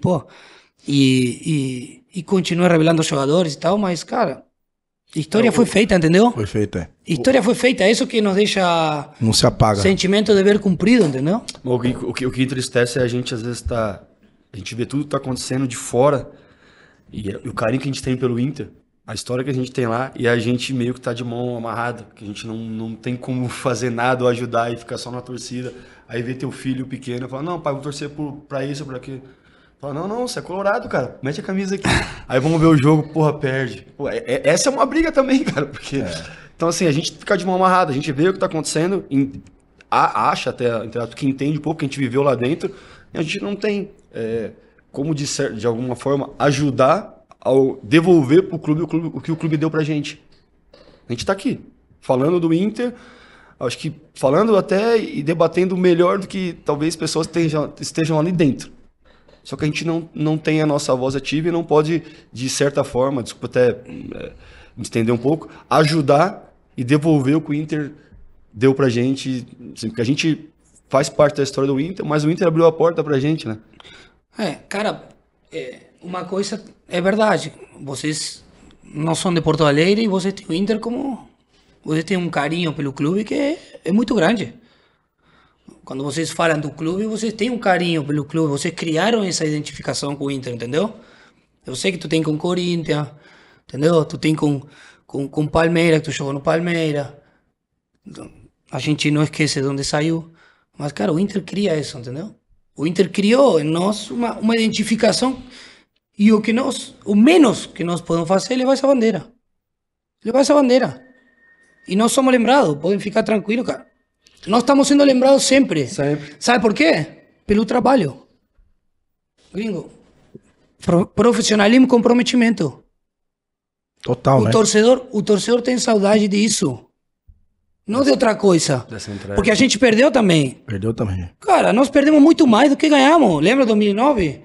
continue revelando jogadores e tal, mas, cara, a história foi feita, entendeu? Foi feita, História foi feita, é isso que nos deixa... Não se apaga. Sentimento de ver cumprido, entendeu? O que entristece é a gente, às vezes, a gente vê tudo que tá acontecendo de fora e o carinho que a gente tem pelo Inter, a história que a gente tem lá, e a gente meio que tá de mão amarrada, que a gente não tem como fazer nada ou ajudar e ficar só na torcida. Aí vê teu filho pequeno e fala, não, pai, vou torcer pra isso, pra aquilo. Fala, não, você é colorado, cara, mete a camisa aqui. Aí vamos ver o jogo, porra, perde. Pô, essa é uma briga também, cara, porque... Então, assim, a gente fica de mão amarrada, a gente vê o que tá acontecendo, acha até, que entende um pouco, que a gente viveu lá dentro, e a gente não tem como, de alguma forma, ajudar ao devolver pro clube o que o clube deu pra gente. A gente tá aqui, falando do Inter, acho que falando até e debatendo melhor do que talvez pessoas estejam ali dentro. Só que a gente não tem a nossa voz ativa e não pode, de certa forma, desculpa até me estender um pouco, ajudar e devolver o que o Inter deu pra gente. Assim, porque a gente faz parte da história do Inter, mas o Inter abriu a porta pra gente, né? Cara, uma coisa é verdade. Vocês não são de Porto Alegre e vocês têm o Inter como... Vocês têm um carinho pelo clube que é muito grande. Quando vocês falam do clube, vocês têm um carinho pelo clube. Vocês criaram essa identificação com o Inter, entendeu? Eu sei que tu tem com o Corinthians, entendeu? Tu tem com Palmeiras, que tu jogou no Palmeiras. A gente não esquece de onde saiu. Mas, cara, o Inter cria isso, entendeu? O Inter criou em nós uma identificação e o menos que nós podemos fazer é levar essa bandeira. Levar essa bandeira. E nós somos lembrados, podem ficar tranquilos, cara. Nós estamos sendo lembrados sempre. Sabe por quê? Pelo trabalho. Gringo. Profissionalismo e comprometimento. Total, né? O torcedor tem saudade disso. Não de outra coisa. Porque a gente perdeu também. Perdeu também. Cara, nós perdemos muito mais do que ganhamos. Lembra 2009?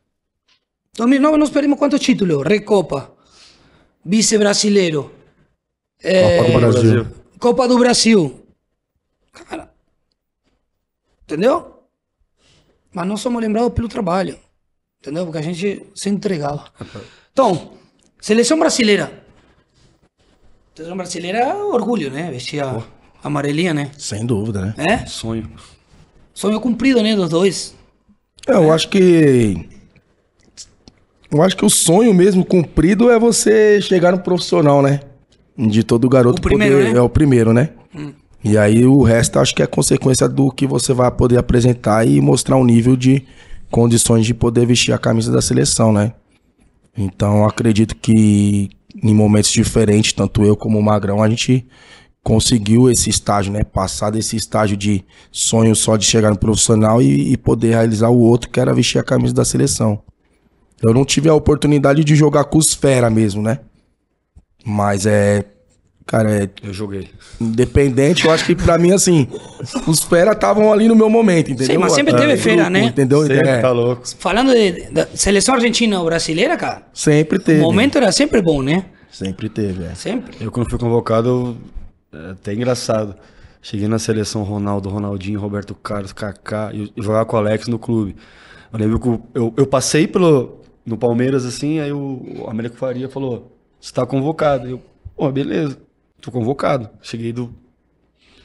2009 nós perdemos quantos títulos? Recopa. Vice-brasileiro. Copa do Brasil. Copa do Brasil. Cara. Entendeu? Mas nós somos lembrados pelo trabalho. Entendeu? Porque a gente se entregava. Então, seleção brasileira. Seleção brasileira é orgulho, né? Vestia amarelinha, né? Sem dúvida, né? É? Sonho. Sonho cumprido, né? Dos dois. Eu acho que o sonho mesmo cumprido é você chegar no profissional, né? De todo garoto O primeiro, poder, né? é o primeiro, né? E aí o resto acho que é consequência do que você vai poder apresentar e mostrar um nível de condições de poder vestir a camisa da seleção, né? Então acredito que em momentos diferentes, tanto eu como o Magrão, a gente conseguiu esse estágio, né? Passar desse estágio de sonho só de chegar no profissional e poder realizar o outro, que era vestir a camisa da seleção. Eu não tive a oportunidade de jogar com os fera mesmo, né? Mas cara, Eu joguei. independente, eu acho que pra mim, assim, os fera estavam ali no meu momento, entendeu? Sim, mas sempre teve fera, né? Entendeu? Sempre tá louco. Falando da seleção argentina ou brasileira, cara, Sempre o teve. momento era sempre bom, né? Sempre teve, Sempre. Eu, quando fui convocado, até engraçado. Cheguei na seleção Ronaldo, Ronaldinho, Roberto Carlos, Kaká, e jogava com o Alex no clube. Eu lembro que eu passei no Palmeiras, assim, aí o Américo Faria falou, você tá convocado. Eu, beleza, tô convocado. Cheguei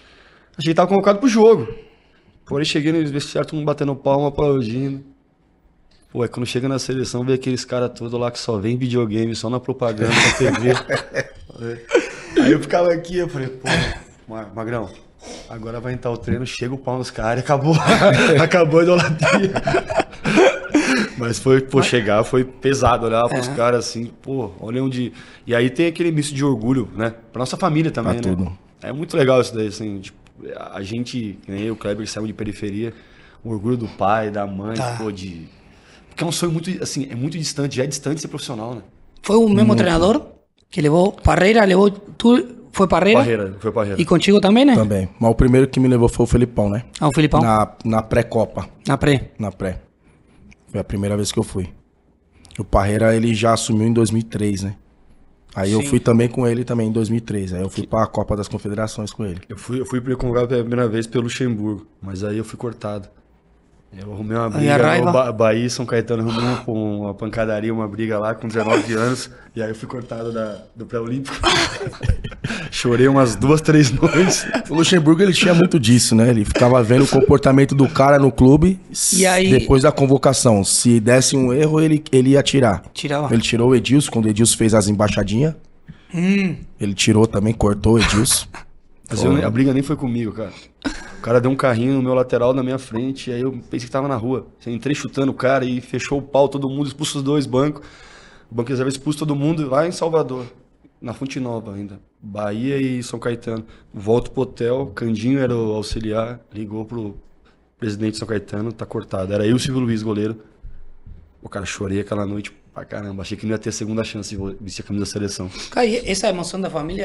A gente tava convocado pro jogo. Porém, cheguei no vestiário, todo mundo batendo palma, aplaudindo. Pô, quando chega na seleção, vê aqueles caras todos lá que só vem videogame, só na propaganda, na TV. Aí eu ficava aqui, eu falei, pô, Magrão, agora vai entrar o treino, chega o pau nos caras e acabou. Acabou a idolatria. Mas chegar foi pesado, olhar pros caras assim, pô, olha onde... E aí tem aquele misto de orgulho, né? Pra nossa família também, né? Tudo. É muito legal isso daí, assim, tipo, a gente, que nem eu, o Kleber, que saiu de periferia, o orgulho do pai, da mãe, pô, de... Porque é um sonho muito, assim, é muito distante, já é distante ser profissional, né? Foi o mesmo treinador que levou Parreira, levou tu, foi Parreira? Foi Parreira. E contigo também, né? Também. Mas o primeiro que me levou foi o Felipão, né? Ah, o Felipão? Na pré-copa. Na pré. Na pré. Foi a primeira vez que eu fui. O Parreira, ele já assumiu em 2003, né? Aí eu fui também com ele também em 2003. Aí eu fui pra Copa das Confederações com ele. Eu fui convocado pela primeira vez pelo Luxemburgo, mas aí eu fui cortado. Eu arrumei uma briga no Bahia, São Caetano, arrumei uma pancadaria, uma briga lá com 19 anos, e aí eu fui cortado do pré-olímpico. Chorei umas 2, 3 noites. O Luxemburgo, ele tinha muito disso, né? Ele ficava vendo o comportamento do cara no clube, e aí... depois da convocação. Se desse um erro, ele ia tirar. Tirava. Ele tirou o Edilson, quando o Edilson fez as embaixadinhas. Ele tirou também, cortou o Edilson. Mas a briga nem foi comigo, cara. O cara deu um carrinho no meu lateral na minha frente, e aí eu pensei que tava na rua. Eu entrei chutando o cara e fechou o pau, todo mundo, expulso os 2 bancos. O banco reserva expulso todo mundo lá em Salvador, na Fonte Nova ainda. Bahia e São Caetano. Volto pro hotel, Candinho era o auxiliar, ligou pro presidente de São Caetano, tá cortado. Era eu e o Silvio Luiz, goleiro. O cara, chorei aquela noite pra caramba. Achei que não ia ter segunda chance de vestir a camisa da seleção. Cara, e essa emoção da família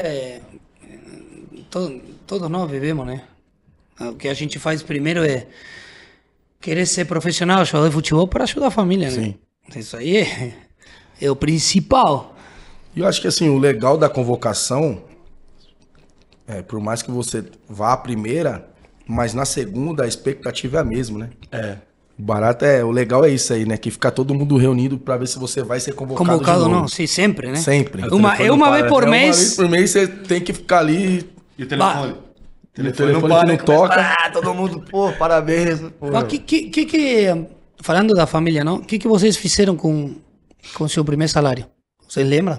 todos nós vivemos, né? O que a gente faz primeiro é querer ser profissional, jogador de futebol para ajudar a família, né? Sim. Isso aí é o principal. E eu acho que assim, o legal da convocação por mais que você vá à primeira, mas na segunda a expectativa é a mesma, né? É. O barato o legal é isso aí, né? Que fica todo mundo reunido pra ver se você vai ser convocado de novo. Não, sim, sempre, né? Sempre. Uma vez por mês. Uma vez por mês você tem que ficar ali. E o telefone? O telefone que não toca. Todo mundo, pô, parabéns. Pô. Mas falando da família, não? O que vocês fizeram com seu primeiro salário? Vocês lembram?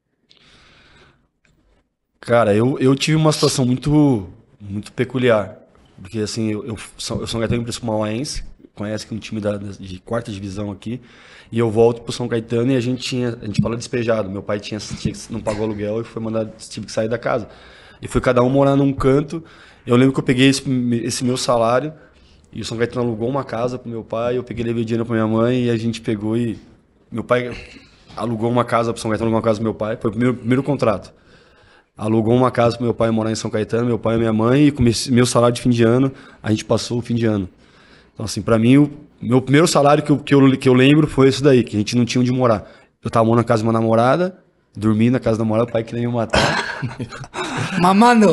Cara, eu tive uma situação muito peculiar. Porque assim, eu sou um Caetano para o Mauaense, conhece que é um time de 4ª divisão aqui, e eu volto pro São Caetano e a gente fala despejado. Meu pai não pagou aluguel e foi mandado, tive que sair da casa. E foi cada um morar num canto. Eu lembro que eu peguei esse meu salário e o São Caetano alugou uma casa pro meu pai, eu peguei levei dinheiro pra minha mãe e a gente pegou e... Meu pai alugou uma casa pro São Caetano, alugou uma casa pro meu pai, foi o primeiro contrato. Alugou uma casa pro meu pai morar em São Caetano, meu pai e minha mãe, e com meu salário de fim de ano, a gente passou o fim de ano. Então assim, pra mim, o meu primeiro salário que eu lembro foi esse daí, que a gente não tinha onde morar. Eu tava morando na casa de uma namorada, dormi na casa da namorada, o pai queria me matar. Mamando.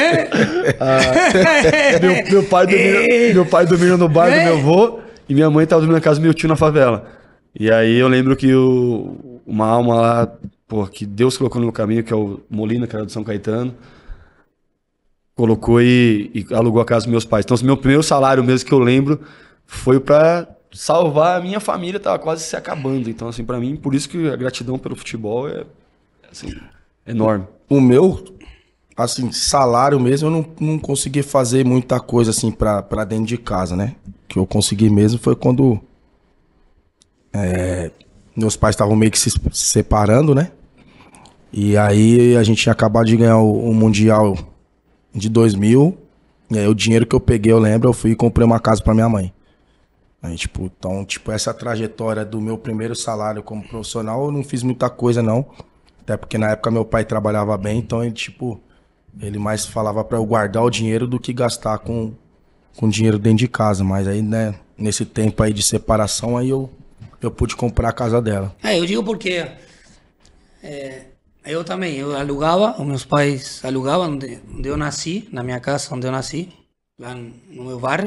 Meu pai dormindo no bar do meu avô e minha mãe tava dormindo na casa do meu tio na favela. E aí eu lembro que uma alma lá, pô, que Deus colocou no meu caminho, que é o Molina, que era do São Caetano, colocou e alugou a casa dos meus pais. Então, o meu primeiro salário mesmo que eu lembro foi pra salvar a minha família, tava quase se acabando. Então, assim, pra mim, por isso que a gratidão pelo futebol é, assim, enorme. O meu, assim, salário mesmo, eu não consegui fazer muita coisa, assim, pra dentro de casa, né? O que eu consegui mesmo foi quando meus pais estavam meio que se separando, né? E aí a gente tinha acabado de ganhar o Mundial de 2000. E aí o dinheiro que eu peguei, eu lembro, eu fui e comprei uma casa pra minha mãe. Aí, então, essa trajetória do meu primeiro salário como profissional, eu não fiz muita coisa, não. Até porque na época meu pai trabalhava bem, então ele mais falava pra eu guardar o dinheiro do que gastar com dinheiro dentro de casa. Mas aí, né, nesse tempo aí de separação, aí eu pude comprar a casa dela. Eu digo porque eu também, eu alugava, os meus pais alugavam onde eu nasci, na minha casa onde eu nasci, lá no meu bairro.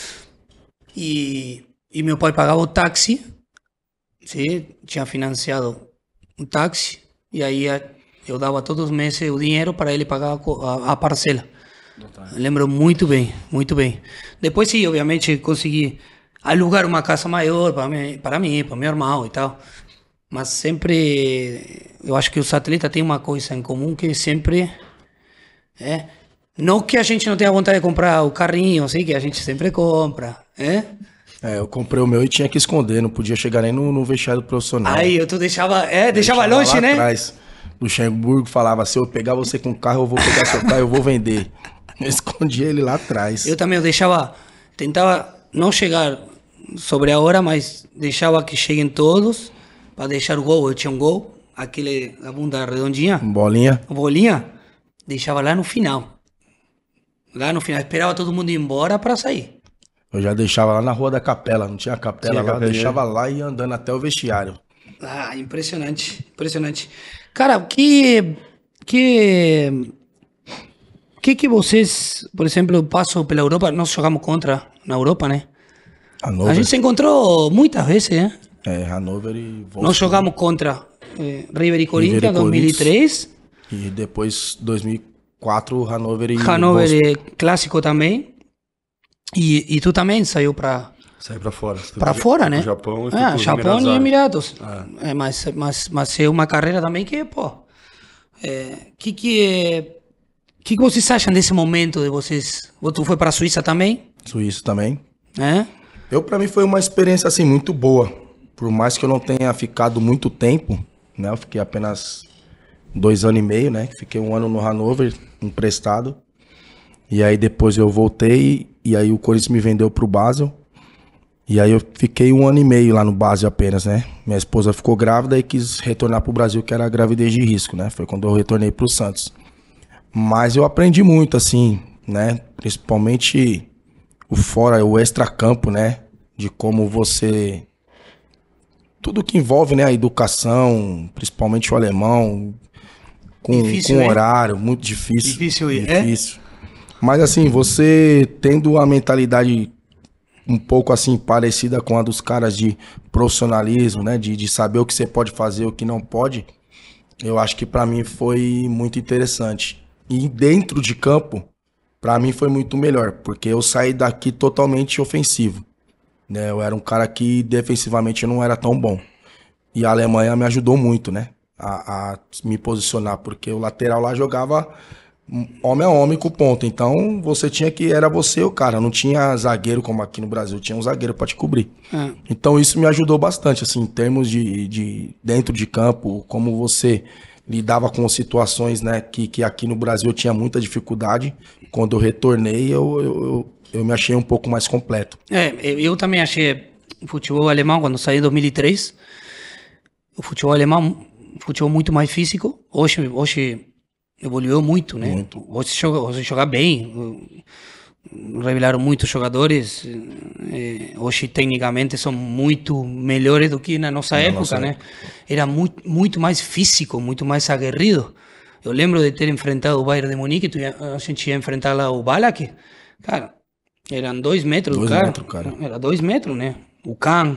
E meu pai pagava o táxi, sim, tinha financiado um táxi, e aí eu dava todos os meses o dinheiro para ele pagar a parcela. Lembro muito bem, muito bem. Depois sim, obviamente, consegui alugar uma casa maior para mim, para meu irmão e tal. Mas sempre, eu acho que os atletas têm uma coisa em comum que sempre não que a gente não tenha vontade de comprar o carrinho, assim, que a gente sempre compra, Eu comprei o meu e tinha que esconder, não podia chegar nem no vestiário profissional. Aí tu deixava longe, lá né? atrás. Luxemburgo falava, se eu pegar você com carro, eu vou pegar seu carro, eu vou vender. Eu escondia ele lá atrás. Eu também tentava não chegar sobre a hora, mas deixava que cheguem todos para deixar o gol. Eu tinha um gol, a bunda redondinha, Bolinha. bolinha, deixava lá no final. Lá no final, esperava todo mundo ir embora para sair. Eu já deixava lá na Rua da Capela, não tinha capela Tinha lá, capelinha. deixava lá e ia andando até o vestiário. Ah, impressionante, impressionante. Cara, que vocês, por exemplo, passam pela Europa, nós jogamos contra na Europa, né? Hannover, A gente se encontrou muitas vezes, né? Hannover e Wolfsburg. Nós jogamos contra River e Corinthians em e 2003. E depois, 2004, Hannover e Hannover Wolfsburg. é clássico também. E tu também saiu para Saí pra fora. para fora, né? Pro Japão e fui pro Japão e Emirados Emirados. Mas é uma carreira também que, pô... que vocês acham desse momento de vocês... Tu foi para a Suíça também, Suíço também. né? Pra mim foi uma experiência assim muito boa. Por mais que eu não tenha ficado muito tempo, né? Eu fiquei apenas 2 anos e meio, né? Fiquei 1 ano no Hannover, emprestado. E aí depois eu voltei e aí o Corinthians me vendeu pro Basel. E aí eu fiquei 1 ano e meio lá no Basel apenas, né? Minha esposa ficou grávida e quis retornar pro Brasil, que era a gravidez de risco, né? Foi quando eu retornei pro Santos. Mas eu aprendi muito, assim, né? Principalmente o extracampo, né? De como você... Tudo que envolve, né? A educação, principalmente o alemão, Difícil, com hein? horário, muito difícil. Difícil, Difícil. Mas assim, você tendo a mentalidade um pouco assim parecida com a dos caras de profissionalismo, né? De saber o que você pode fazer, o que não pode, eu acho que pra mim foi muito interessante. E dentro de campo, pra mim foi muito melhor, porque eu saí daqui totalmente ofensivo, né? Eu era um cara que defensivamente eu não era tão bom. E a Alemanha me ajudou muito, né? A me posicionar, porque o lateral lá jogava homem a homem com ponta. Então você tinha que... Era você o cara, não tinha zagueiro como aqui no Brasil, tinha um zagueiro pra te cobrir. Então isso me ajudou bastante, assim, em termos de dentro de campo, como você lidava com situações, né, que aqui no Brasil eu tinha muita dificuldade. Quando eu retornei, eu me achei um pouco mais completo. Eu também achei o futebol alemão, quando saí em 2003, o futebol alemão, futebol muito mais físico. Hoje evoluiu muito, né? Muito. Hoje joga bem. Revelaram muitos jogadores. Hoje, tecnicamente, são muito melhores do que na nossa época, né? Era muito mais físico, muito mais aguerrido. Eu lembro de ter enfrentado o Bayern de Munique, a gente ia enfrentar lá o Ballack. Cara, eram 2 metros do 2 cara. metros, cara. Era 2 metros, né? O Kahn.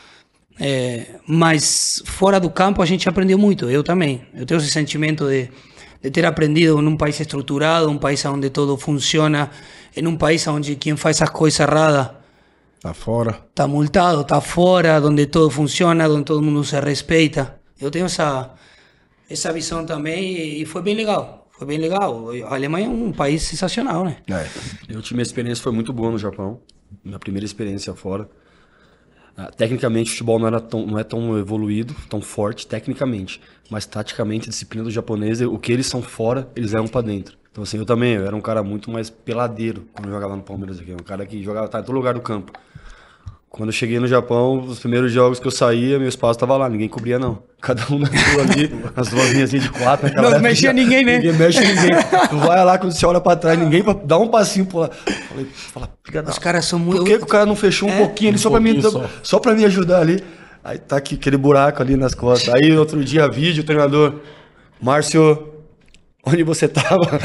Mas fora do campo a gente aprendeu muito, eu também. Eu tenho esse sentimento de ter aprendido num país estruturado, um país onde tudo funciona, em um país onde quem faz as coisas erradas Tá fora. está multado, está fora, onde tudo funciona, onde todo mundo se respeita. Eu tenho essa visão também e foi bem legal. Foi bem legal. A Alemanha é um país sensacional, né? Minha experiência foi muito boa no Japão. Minha primeira experiência fora. Tecnicamente, o futebol não é tão evoluído, tão forte tecnicamente. Mas taticamente, a disciplina do japonês, o que eles são fora, eles eram pra dentro. Então assim, eu era um cara muito mais peladeiro quando eu jogava no Palmeiras aqui. Um cara que jogava em todo lugar do campo. Quando eu cheguei no Japão, os primeiros jogos que eu saía, meu espaço tava lá, ninguém cobria não. Cada um na rua ali, as duas linhas de 4. Não mexia ninguém, né? Ninguém mexe ninguém. Tu vai lá, quando você olha pra trás, ninguém dá um passinho pro lado. Fala, Os caras são muito... por que o cara não fechou um pouquinho ali, só pra me ajudar ali? Aí tá aqui, aquele buraco ali nas costas. Aí outro dia, vídeo, o treinador, Márcio, onde você tava?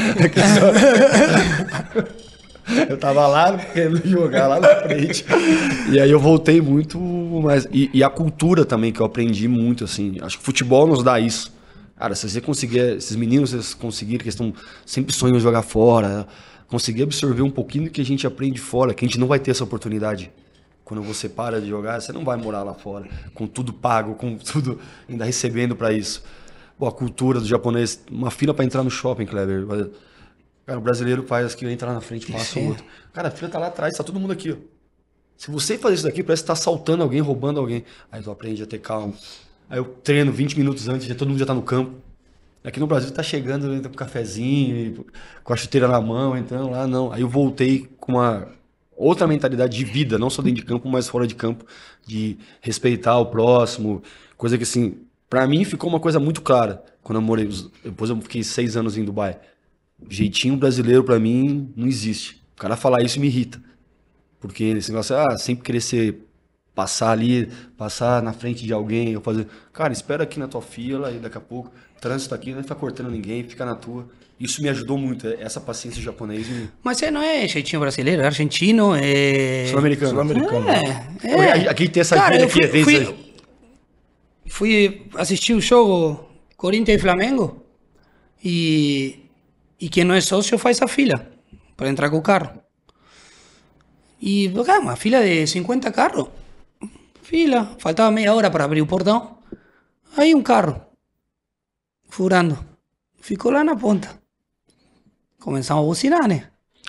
Eu tava lá querendo jogar lá na frente. E aí eu voltei muito mais. E a cultura também, que eu aprendi muito, assim. Acho que o futebol nos dá isso. Cara, se você conseguir, esses meninos vocês conseguirem, que estão sempre sonham em jogar fora, conseguir absorver um pouquinho do que a gente aprende fora, que a gente não vai ter essa oportunidade. Quando você para de jogar, você não vai morar lá fora, com tudo pago, com tudo ainda recebendo para isso. Pô, a cultura do japonês, uma fila para entrar no shopping, Kleber. Cara, o brasileiro faz que entra lá na frente, passa o outro. Cara, a fila tá lá atrás, tá todo mundo aqui, ó. Se você fazer isso daqui, parece que tá assaltando alguém, roubando alguém. Aí tu aprende a ter calma. Aí eu treino 20 minutos antes, todo mundo já tá no campo. Aqui no Brasil tá chegando, entra com um cafezinho, com a chuteira na mão, então lá não. Aí eu voltei com uma outra mentalidade de vida, não só dentro de campo, mas fora de campo, de respeitar o próximo, coisa que assim, pra mim ficou uma coisa muito clara quando eu morei, depois eu fiquei 6 anos em Dubai. Jeitinho brasileiro pra mim não existe. O cara falar isso me irrita. Porque esse negócio, sempre querer passar na frente de alguém, eu fazer, cara, espera aqui na tua fila e daqui a pouco, trânsito aqui, não fica cortando ninguém, fica na tua. Isso me ajudou muito, essa paciência japonesa. Mas você não é jeitinho brasileiro, é argentino, é... Sul-americano. Sul-americano. Aqui tem essa Cara, vida aqui, fui assistir o jogo Corinthians e Flamengo e quem não é sócio faz a fila para entrar com o carro. E, cara, uma fila de 50 carros. Fila, faltava meia hora para abrir o portão. Aí um carro, furando. Ficou lá na ponta. Começamos a buzinar, né?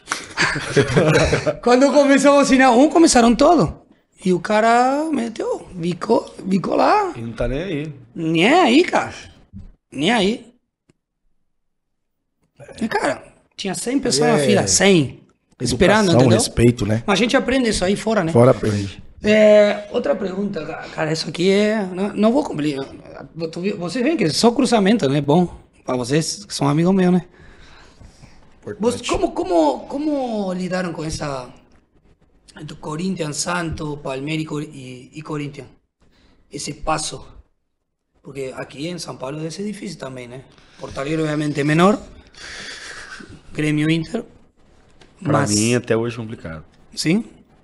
Quando começou a buzinar, começaram todos. E o cara meteu, bicou lá. E não tá nem aí. Nem aí, cara. Nem aí. E, cara, tinha 100 pessoas na fila, 100. Esperando, Educação, entendeu? respeito, né? Mas a gente aprende isso aí fora, né? Fora aprende. Outra pergunta, cara, isso aqui não vou cumprir. Vocês veem que é só cruzamento, né? Bom, para vocês que são amigos meus, né? Como lidaram com essa do Corinthians, Santos, Palmeiras e Corinthians? Esse passo. Porque aqui em São Paulo deve ser difícil também, né? Porto Alegre obviamente é menor. Grêmio Inter. Pra mim até hoje é complicado. Sim?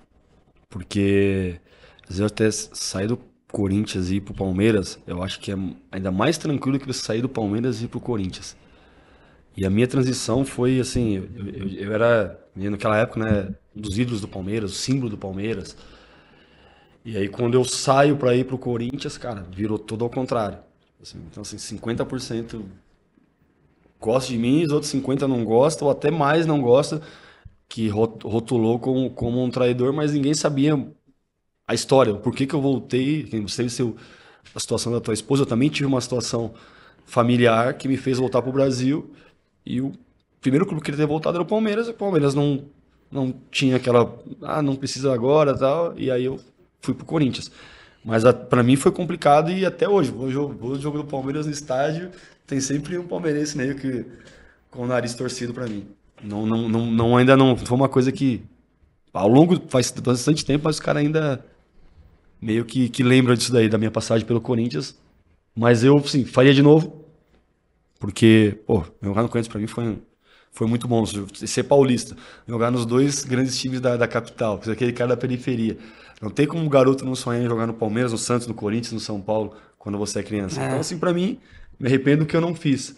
Porque às vezes até sair do Corinthians e ir pro Palmeiras, eu acho que é ainda mais tranquilo que você sair do Palmeiras e ir pro Corinthians. E a minha transição foi assim, eu era, naquela época, né, um dos ídolos do Palmeiras, o símbolo do Palmeiras. E aí quando eu saio pra ir pro Corinthians, cara, virou tudo ao contrário. Assim, então assim, 50% gosta de mim, os outros 50% não gostam, ou até mais não gostam, que rotulou como um traidor, mas ninguém sabia a história, por que eu voltei, você teve a situação da tua esposa, eu também tive uma situação familiar que me fez voltar pro Brasil, e o primeiro clube que queria ter voltado era o Palmeiras não tinha aquela, não precisa agora, tal, e aí eu fui pro Corinthians. Mas pra mim foi complicado e até hoje, o jogo do Palmeiras no estádio, tem sempre um palmeirense meio que com o nariz torcido pra mim. Ainda não foi uma coisa que ao longo faz bastante tempo, mas os caras ainda meio que lembram disso daí, da minha passagem pelo Corinthians. Mas eu, sim, faria de novo, porque, jogar no Corinthians pra mim foi muito bom. Ser paulista, jogar nos dois grandes times da capital, ser aquele cara da periferia. Não tem como um garoto não sonhar em jogar no Palmeiras, no Santos, no Corinthians, no São Paulo, quando você é criança. Então, assim, pra mim, me arrependo do que eu não fiz.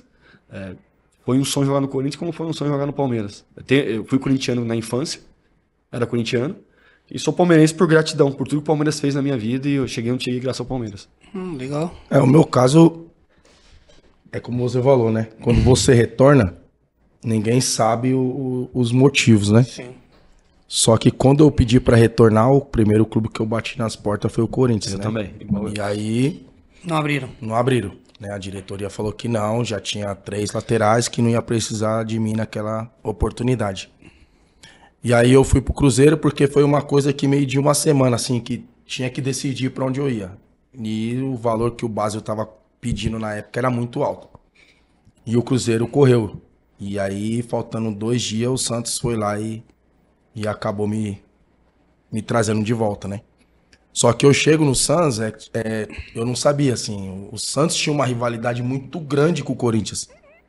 Foi um sonho jogar no Corinthians, como foi um sonho jogar no Palmeiras. Eu fui corintiano na infância, era corintiano, e sou palmeirense por gratidão, por tudo que o Palmeiras fez na minha vida, e eu cheguei onde cheguei graças ao Palmeiras. Legal. O meu caso é como você falou, né? Quando você retorna, ninguém sabe os motivos, né? Sim. Só que quando eu pedi pra retornar, o primeiro clube que eu bati nas portas foi o Corinthians, Eu né? também. E aí Não abriram. não abriram, né? A diretoria falou que não, já tinha 3 laterais que não ia precisar de mim naquela oportunidade. E aí eu fui pro Cruzeiro porque foi uma coisa que meio de uma semana, assim, que tinha que decidir pra onde eu ia. E o valor que o Basel tava pedindo na época era muito alto. E o Cruzeiro correu. E aí, faltando 2 dias, o Santos foi lá e acabou me trazendo de volta, né? Só que eu chego no Santos, eu não sabia, assim, o Santos tinha uma rivalidade muito grande com o Corinthians.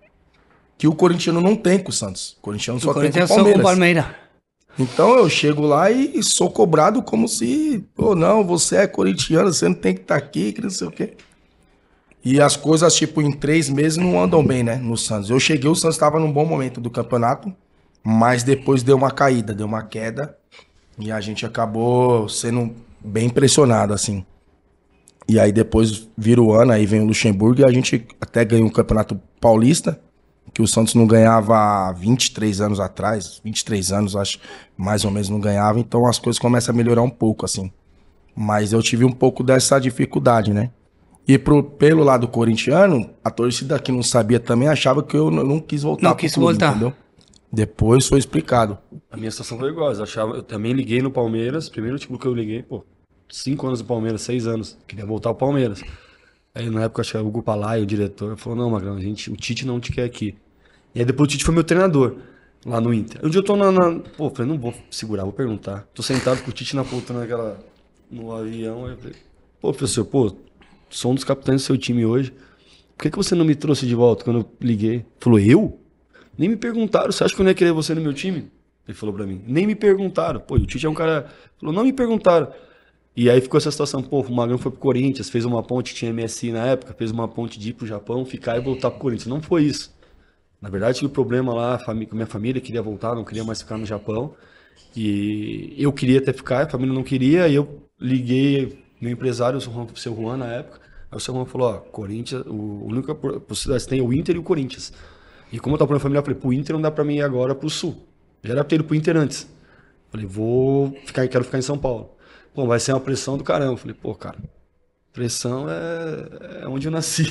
Que o corintiano não tem com o Santos. O corintiano só tem com o Palmeiras. Palmeiras. Então eu chego lá e sou cobrado como se, não, você é corintiano, você não tem que estar aqui, que não sei o quê. E as coisas, tipo, em 3 meses não andam bem, né? No Santos. Eu cheguei, o Santos estava num bom momento do campeonato, mas depois deu uma caída, deu uma queda. E a gente acabou sendo bem pressionado, assim. E aí depois vira o ano, aí vem o Luxemburgo e a gente até ganhou um campeonato paulista, que o Santos não ganhava há 23 anos atrás, 23 anos, acho, mais ou menos não ganhava. Então as coisas começam a melhorar um pouco, assim. Mas eu tive um pouco dessa dificuldade, né? E pelo lado corintiano, a torcida que não sabia também achava que eu não quis voltar Não quis voltar. entendeu? Depois foi explicado. A minha situação foi igual. Eu também liguei no Palmeiras. Primeiro tipo que eu liguei, pô, 5 anos no Palmeiras, 6 anos. Queria voltar ao Palmeiras. Aí na época, acho que era o Hugo Palai, o diretor, falou: não, Magrão, o Tite não te quer aqui. E aí depois o Tite foi meu treinador lá no Inter. Um dia eu tô pô, falei, não vou segurar, vou perguntar. Tô sentado com o Tite na poltrona no avião. Aí eu falei: pô, professor, pô, sou um dos capitães do seu time hoje. Por que você não me trouxe de volta quando eu liguei? Ele falou: eu? Nem me perguntaram, você acha que eu não ia querer você no meu time? Ele falou pra mim: nem me perguntaram. Pô, o Tite é um cara... Falou: não me perguntaram. E aí ficou essa situação, pô, o Magrão foi pro Corinthians, fez uma ponte, tinha MSI na época, fez uma ponte de ir pro Japão, ficar e voltar pro Corinthians. Não foi isso. Na verdade, tive problema lá com a minha família, queria voltar, não queria mais ficar no Japão. E eu queria até ficar, a família não queria, e eu liguei meu empresário, o seu Juan, na época. Aí o seu Juan falou: ó, Corinthians, a única possibilidade que tem é o Inter e o Corinthians. E como eu tava pra minha família, eu falei: pro Inter não dá pra mim ir agora pro Sul. Já era pra ter ido pro Inter antes. Falei: quero ficar em São Paulo. Pô, vai ser uma pressão do caramba. Falei: pô, cara, pressão é onde eu nasci.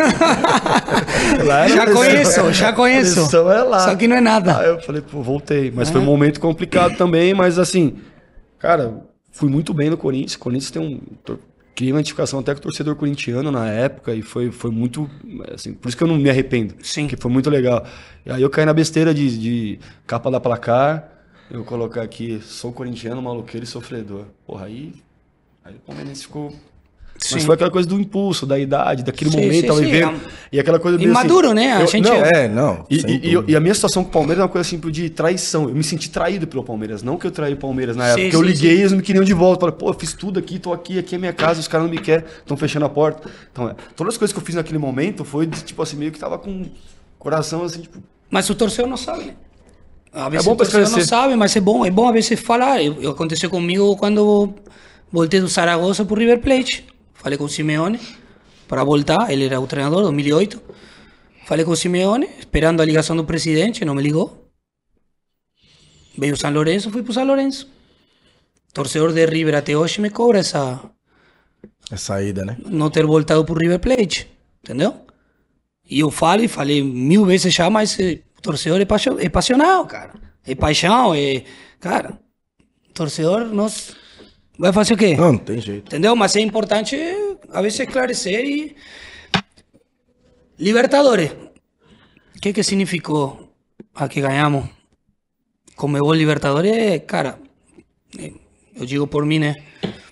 Já conheço. Pressão é lá. Só que não é nada. Aí eu falei: pô, voltei. Mas foi um momento complicado também, mas assim, cara, fui muito bem no Corinthians. O Corinthians criei uma identificação até com o torcedor corintiano na época e foi muito, assim, por isso que eu não me arrependo. Sim. Que foi muito legal. E aí eu caí na besteira de capa da placar, eu colocar aqui: sou corintiano, maloqueiro e sofredor. Porra, aí o Palmeirense ficou... Sim. Mas foi aquela coisa do impulso, da idade, daquele Sim, momento, sim, tava sim. vivendo. E aquela coisa meio Imaduro, assim, né? A gente... Não. E a minha situação com o Palmeiras é uma coisa assim de traição. Eu me senti traído pelo Palmeiras. Não que eu traí o Palmeiras na época. Porque eu liguei e eles não me queriam de volta. Falei: pô, eu fiz tudo aqui, tô aqui é minha casa, os caras não me querem, estão fechando a porta. Então, todas as coisas que eu fiz naquele momento foi tipo assim, meio que tava com o coração assim, tipo... Mas o torcedor não sabe, né? A vezes bom o pra torcedor não esclarecer. sabe, mas é bom a vezes falar. Aconteceu comigo quando voltei do Zaragoza pro River Plate. Falei com o Simeone para voltar, ele era o treinador, 2008. Falei com o Simeone, esperando a ligação do presidente, não me ligou. Veio o São Lourenço, fui pro São Lourenço. Torcedor de River até hoje me cobra essa Saída, né? não ter voltado pro River Plate, entendeu? E eu falei 1000 vezes já, mas o torcedor é passional, cara. É paixão, cara, o torcedor vai fazer o quê? Não tem jeito. Entendeu? Mas é importante, a vezes, esclarecer e... Libertadores. O que significou a que ganhamos? Comebol Libertadores, cara, eu digo por mim, né?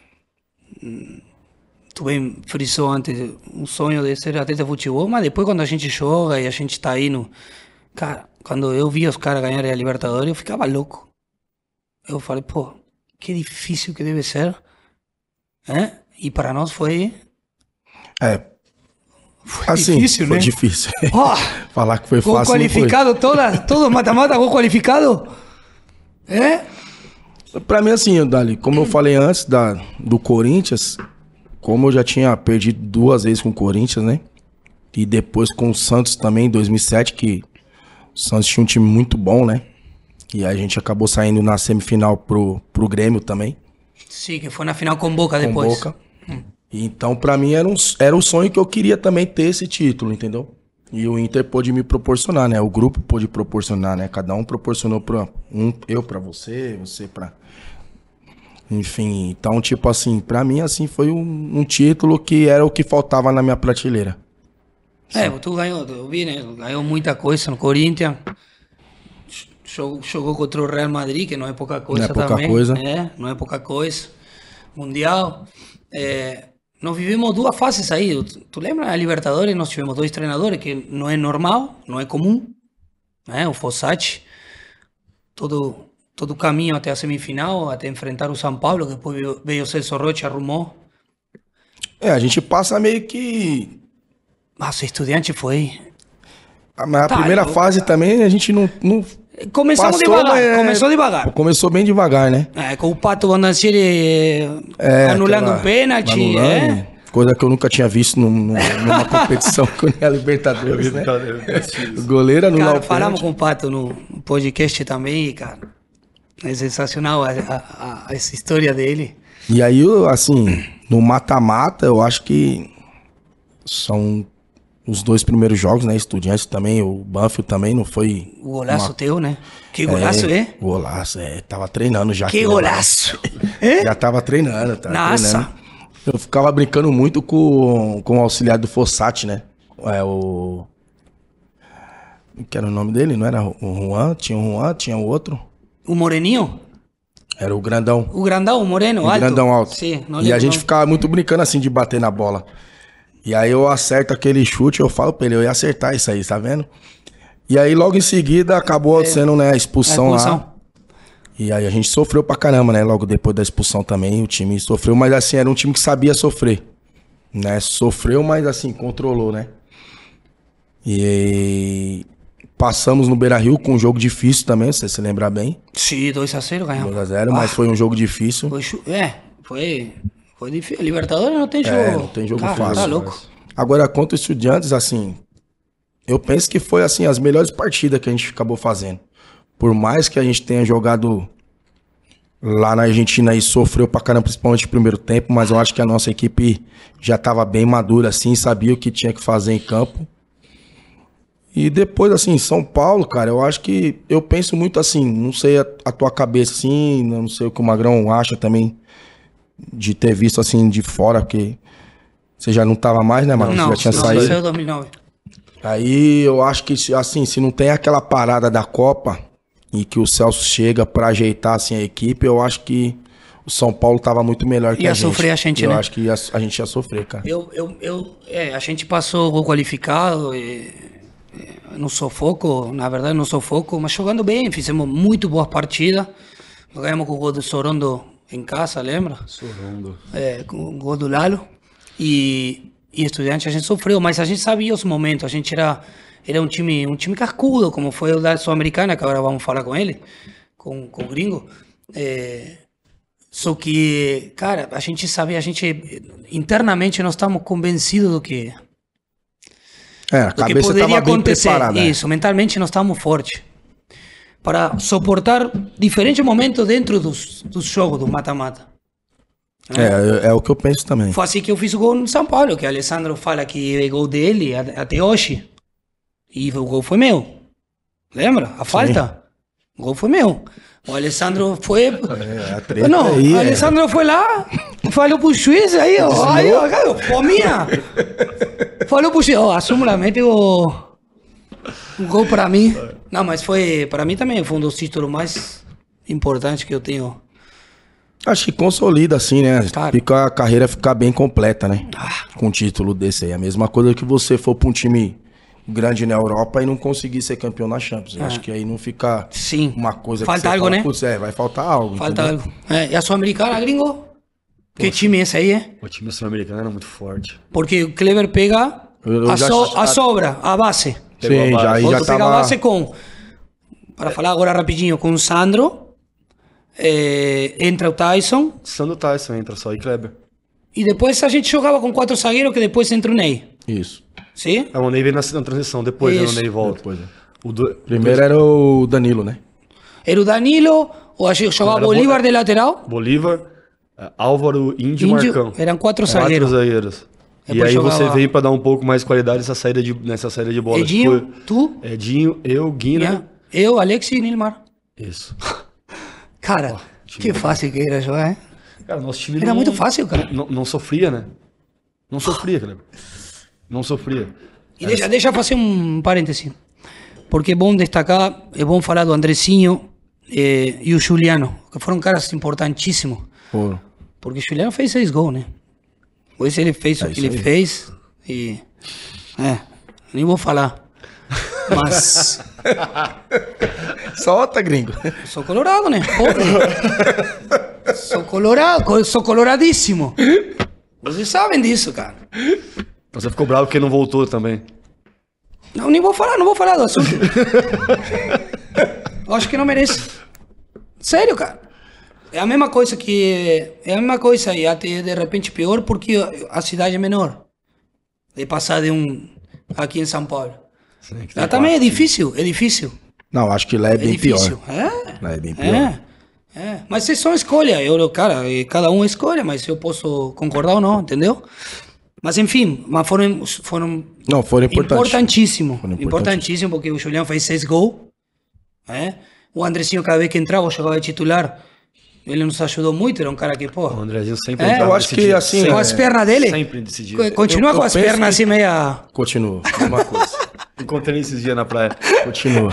Tu bem frisou antes um sonho de ser atleta de futebol, mas depois quando a gente joga e a gente tá aí no... Cara, quando eu vi os caras ganharem a Libertadores, eu ficava louco. Eu falei: pô, que difícil que deve ser. E para nós foi Assim, difícil, foi né? difícil. Oh, Falar que foi gol fácil qualificado, todos mata-mata, gol qualificado. Pra mim, assim, Dali, como eu falei antes do Corinthians, como eu já tinha perdido 2 vezes com o Corinthians, né? E depois com o Santos também, em 2007, que o Santos tinha um time muito bom, né? E a gente acabou saindo na semifinal pro Grêmio também. Sim, que foi na final com Boca depois. Com Boca. Então, pra mim, era um sonho que eu queria também ter esse título, entendeu? E o Inter pôde me proporcionar, né? O grupo pôde proporcionar, né? Cada um proporcionou eu pra você pra... Enfim, então, tipo assim, pra mim, assim, foi um título que era o que faltava na minha prateleira. Tu ganhou, eu vi, né? Ganhou muita coisa no Corinthians. Jogou contra o Real Madrid, que não é pouca coisa também. Não é pouca coisa. Não é pouca coisa. Mundial. Nós vivemos 2 fases aí. Tu lembra? A Libertadores, nós tivemos 2 treinadores, que não é normal, não é comum. O Fossati, todo o caminho até a semifinal, até enfrentar o São Paulo, que depois veio o Celso Rocha, arrumou. A gente passa meio que Mas o Estudiante foi... Mas a primeira fase também a gente não Começamos passou, devagar, mas começou devagar. Começou bem devagar, né? Com o Pato Bondancieri anulando um pênalti. Coisa que eu nunca tinha visto numa competição com a Libertadores, né? O goleiro anular o pênalti. Falamos com o Pato no podcast também, cara. É sensacional essa história dele. E aí, assim, no mata-mata, eu acho que são os 2 primeiros jogos, né? Estudiantes também, o Banfield também não foi... O golaço teu, né? Que golaço, Golaço, tava treinando já. Que golaço! Já tava treinando, tá? Nossa! Treinando. Eu ficava brincando muito com o auxiliar do Fossati, né? Que era o nome dele? Não era o Juan? Tinha o outro. O Moreninho? Era o grandão. O grandão, o moreno, alto. Grandão alto. Sim, e a gente ficava muito brincando assim de bater na bola. E aí eu acerto aquele chute, eu falo pra ele, eu ia acertar isso aí, tá vendo? E aí logo em seguida acabou sendo, né, a expulsão lá. E aí a gente sofreu pra caramba, né? Logo depois da expulsão também o time sofreu, mas assim, era um time que sabia sofrer, né? Sofreu, mas assim, controlou, né? E passamos no Beira-Rio com um jogo difícil também, você se lembra bem. Sim, 2-0 ganhamos. 2-0, mas foi um jogo difícil. Foi difícil. Libertadores não tem jogo. Não tem jogo cara, fácil. Tá louco. Agora, contra os Estudiantes, assim, eu penso que foi, assim, as melhores partidas que a gente acabou fazendo. Por mais que a gente tenha jogado lá na Argentina e sofreu pra caramba, principalmente no primeiro tempo, mas eu acho que a nossa equipe já tava bem madura, assim, sabia o que tinha que fazer em campo. E depois, assim, São Paulo, cara, eu acho que... Eu penso muito assim, não sei a tua cabeça, assim, não sei o que o Magrão acha também de ter visto, assim, de fora, porque você já não tava mais, né, Magrão? Você já tinha saído. Não, saiu em 2009. Aí eu acho que, assim, se não tem aquela parada da Copa e que o Celso chega pra ajeitar, assim, a equipe, eu acho que o São Paulo tava muito melhor que a gente. Ia sofrer a gente, né? Eu acho que a gente ia sofrer, cara. A gente passou gol qualificado, no sufoco, na verdade no sufoco, mas jogando bem, fizemos muito boas partidas. Ganhamos com o gol do Sorondo em casa, lembra? Sorondo. Com o gol do Lalo. E Estudiante a gente sofreu, mas a gente sabia os momentos. A gente era um time cascudo, como foi o da Sul-Americana, que agora vamos falar com ele, com o gringo. Só que, cara, a gente sabia, internamente nós estávamos convencidos do que... A cabeça estava bem preparada. Isso, mentalmente nós estávamos fortes para suportar diferentes momentos dentro dos jogos, do mata-mata. É o que eu penso também. Foi assim que eu fiz o gol no São Paulo, que o Alessandro fala que é gol dele até hoje. E o gol foi meu. Lembra? A falta? Sim. O gol foi meu. O Alessandro foi... o Alessandro foi lá, falou pro juiz aí, minha. Falou pro juiz, a súmula mete o gol pra mim. Não, mas foi, pra mim também foi um dos títulos mais importantes que eu tenho. Acho que consolida assim, né? Claro. A carreira fica bem completa, né? Com um título desse aí. A mesma coisa que você for pra um time grande na Europa e não conseguir ser campeão na Champions. Acho que aí não fica uma coisa falta que algo, né? Vai faltar algo. Falta algo. E a Sul-Americana, gringo? Que time é esse aí, O time sul-americano era muito forte. Porque o Kleber pega a sobra, a base. Sim, já Pega tava... a base para falar agora rapidinho, com o Sandro, entra o Tyson. Sandro Tyson entra só, e Kleber. E depois a gente jogava com 4 zagueiros, que depois entra o Ney. Isso. Sim? O Ney veio na transição, depois o Ney volta. Primeiro era o Danilo, né? Era o Danilo, ou a gente jogava Bolívar de lateral. Bolívar, Álvaro, Índio e Marcão. Eram 4 zagueiros. 4 zagueiros. E aí você veio pra dar um pouco mais de qualidade nessa saída de bola. Edinho, tu? Edinho, eu, Guina. Eu, Alex e Nilmar. Isso. Cara, que fácil que era jogar, hein? Cara, nosso time era muito fácil, cara. Não sofria, né? Não sofria, cara. Não sofria. E deixa eu fazer um parêntese. Porque é bom destacar, é bom falar do Andresinho e o Juliano, que foram caras importantíssimos. Foram. Porque o Juliano fez 6 gols, né? Pois ele fez o que ele fez e... nem vou falar. Mas... Solta, gringo. Sou colorado, né? Sou colorado, sou coloradíssimo. Vocês sabem disso, cara. Você ficou bravo porque não voltou também. Não, nem vou falar do assunto. Eu acho que não merece. Sério, cara. É a mesma coisa e até de repente pior porque a cidade é menor. De passar de aqui em São Paulo. Sim, Lá também é difícil. Não, acho que lá é bem difícil. pior. Lá é bem pior. Mas é só escolha. Cara, cada um escolhe, mas eu posso concordar ou não, entendeu? Mas enfim, foram Não, foram importantíssimo. Importantíssimo, porque o Julião fez 6 gols. O Andrezinho, cada vez que entrava, jogava de titular. Ele nos ajudou muito, era um cara que, pô... O Andrezinho sempre eu acho que assim... Com as pernas dele? Sempre decidiu. Continua com as pernas assim meia... Continua, mesma coisa. Encontrei esses dias na praia. Continua.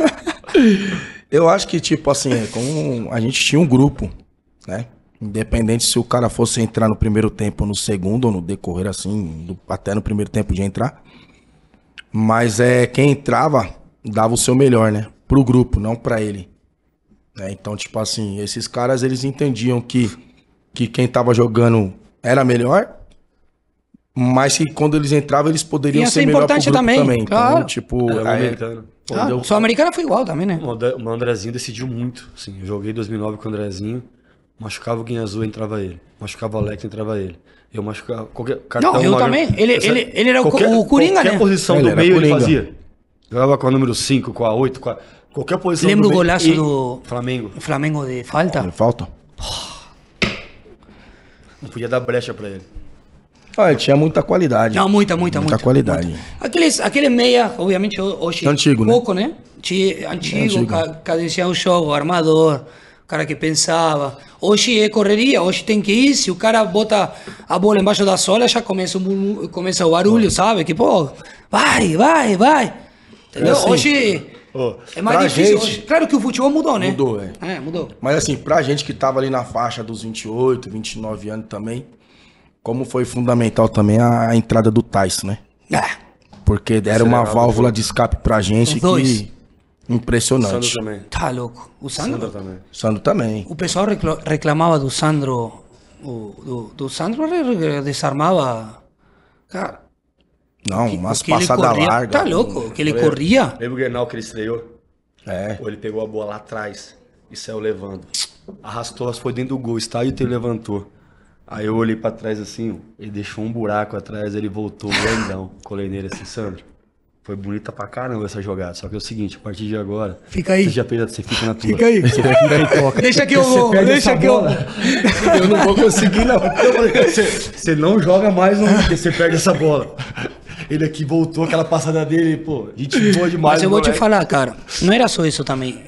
Eu acho que, tipo assim, como a gente tinha um grupo, né? Independente se o cara fosse entrar no primeiro tempo, no segundo, ou no decorrer assim, até no primeiro tempo de entrar. Mas quem entrava, dava o seu melhor, né? Pro grupo, não pra ele. Então, tipo assim, esses caras, eles entendiam que quem tava jogando era melhor, mas que quando eles entravam, eles poderiam ser melhor pro grupo também. Claro. Então, tipo... americano. Sul-Americana foi igual também, né? O Andrezinho decidiu muito. Assim, eu joguei em 2009 com o Andrezinho, machucava o Guinha Azul, entrava ele. Machucava o Alex, entrava ele. Eu machucava qualquer cartão... Não, eu também. Ele era o Coringa, né? Qualquer posição do meio ele fazia. Jogava com a número 5, com a 8, com a... Qualquer posição. Lembra o golaço do Flamengo de falta? De falta? Não podia dar brecha pra ele. Ele tinha muita qualidade. Não, muita qualidade. Aquele meia, obviamente, hoje... Antigo, pouco, né? Antigo. Cadenciar o jogo, armador, cara que pensava. Hoje é correria, hoje tem que ir. Se o cara bota a bola embaixo da sola, já começa o barulho, sabe? Que, pô, vai. Entendeu? Assim, hoje... é mais difícil. Hoje. Claro que o futebol mudou, né? Mudou, mudou. Mas assim, pra gente que tava ali na faixa dos 28, 29 anos também, como foi fundamental também a entrada do Tyson, né? Porque era uma válvula de escape pra gente que... Impressionante. O Sandro também. Tá louco. O Sandro? Sandro também. O pessoal reclamava do Sandro. Do Sandro desarmava... Cara... Não, umas passadas largas. Tá louco, que ele corria. Lembra o Grenal que ele estreou? Ou ele pegou a bola lá atrás e saiu levando. Arrastou, foi dentro do gol, o estádio inteiro levantou. Aí eu olhei pra trás assim, ele deixou um buraco atrás, ele voltou grandão. Colei nele assim, Sandro, foi bonita pra caramba essa jogada. Só que é o seguinte, a partir de agora... Fica aí. Você fica na tua. Fica aí. Você fica e toca. Deixa que eu vou, Eu não vou conseguir, não. Você não joga mais, não, porque você perde essa bola. Ele aqui voltou, aquela passada dele, pô, gente boa demais. Mas eu vou te falar, cara, não era só isso também.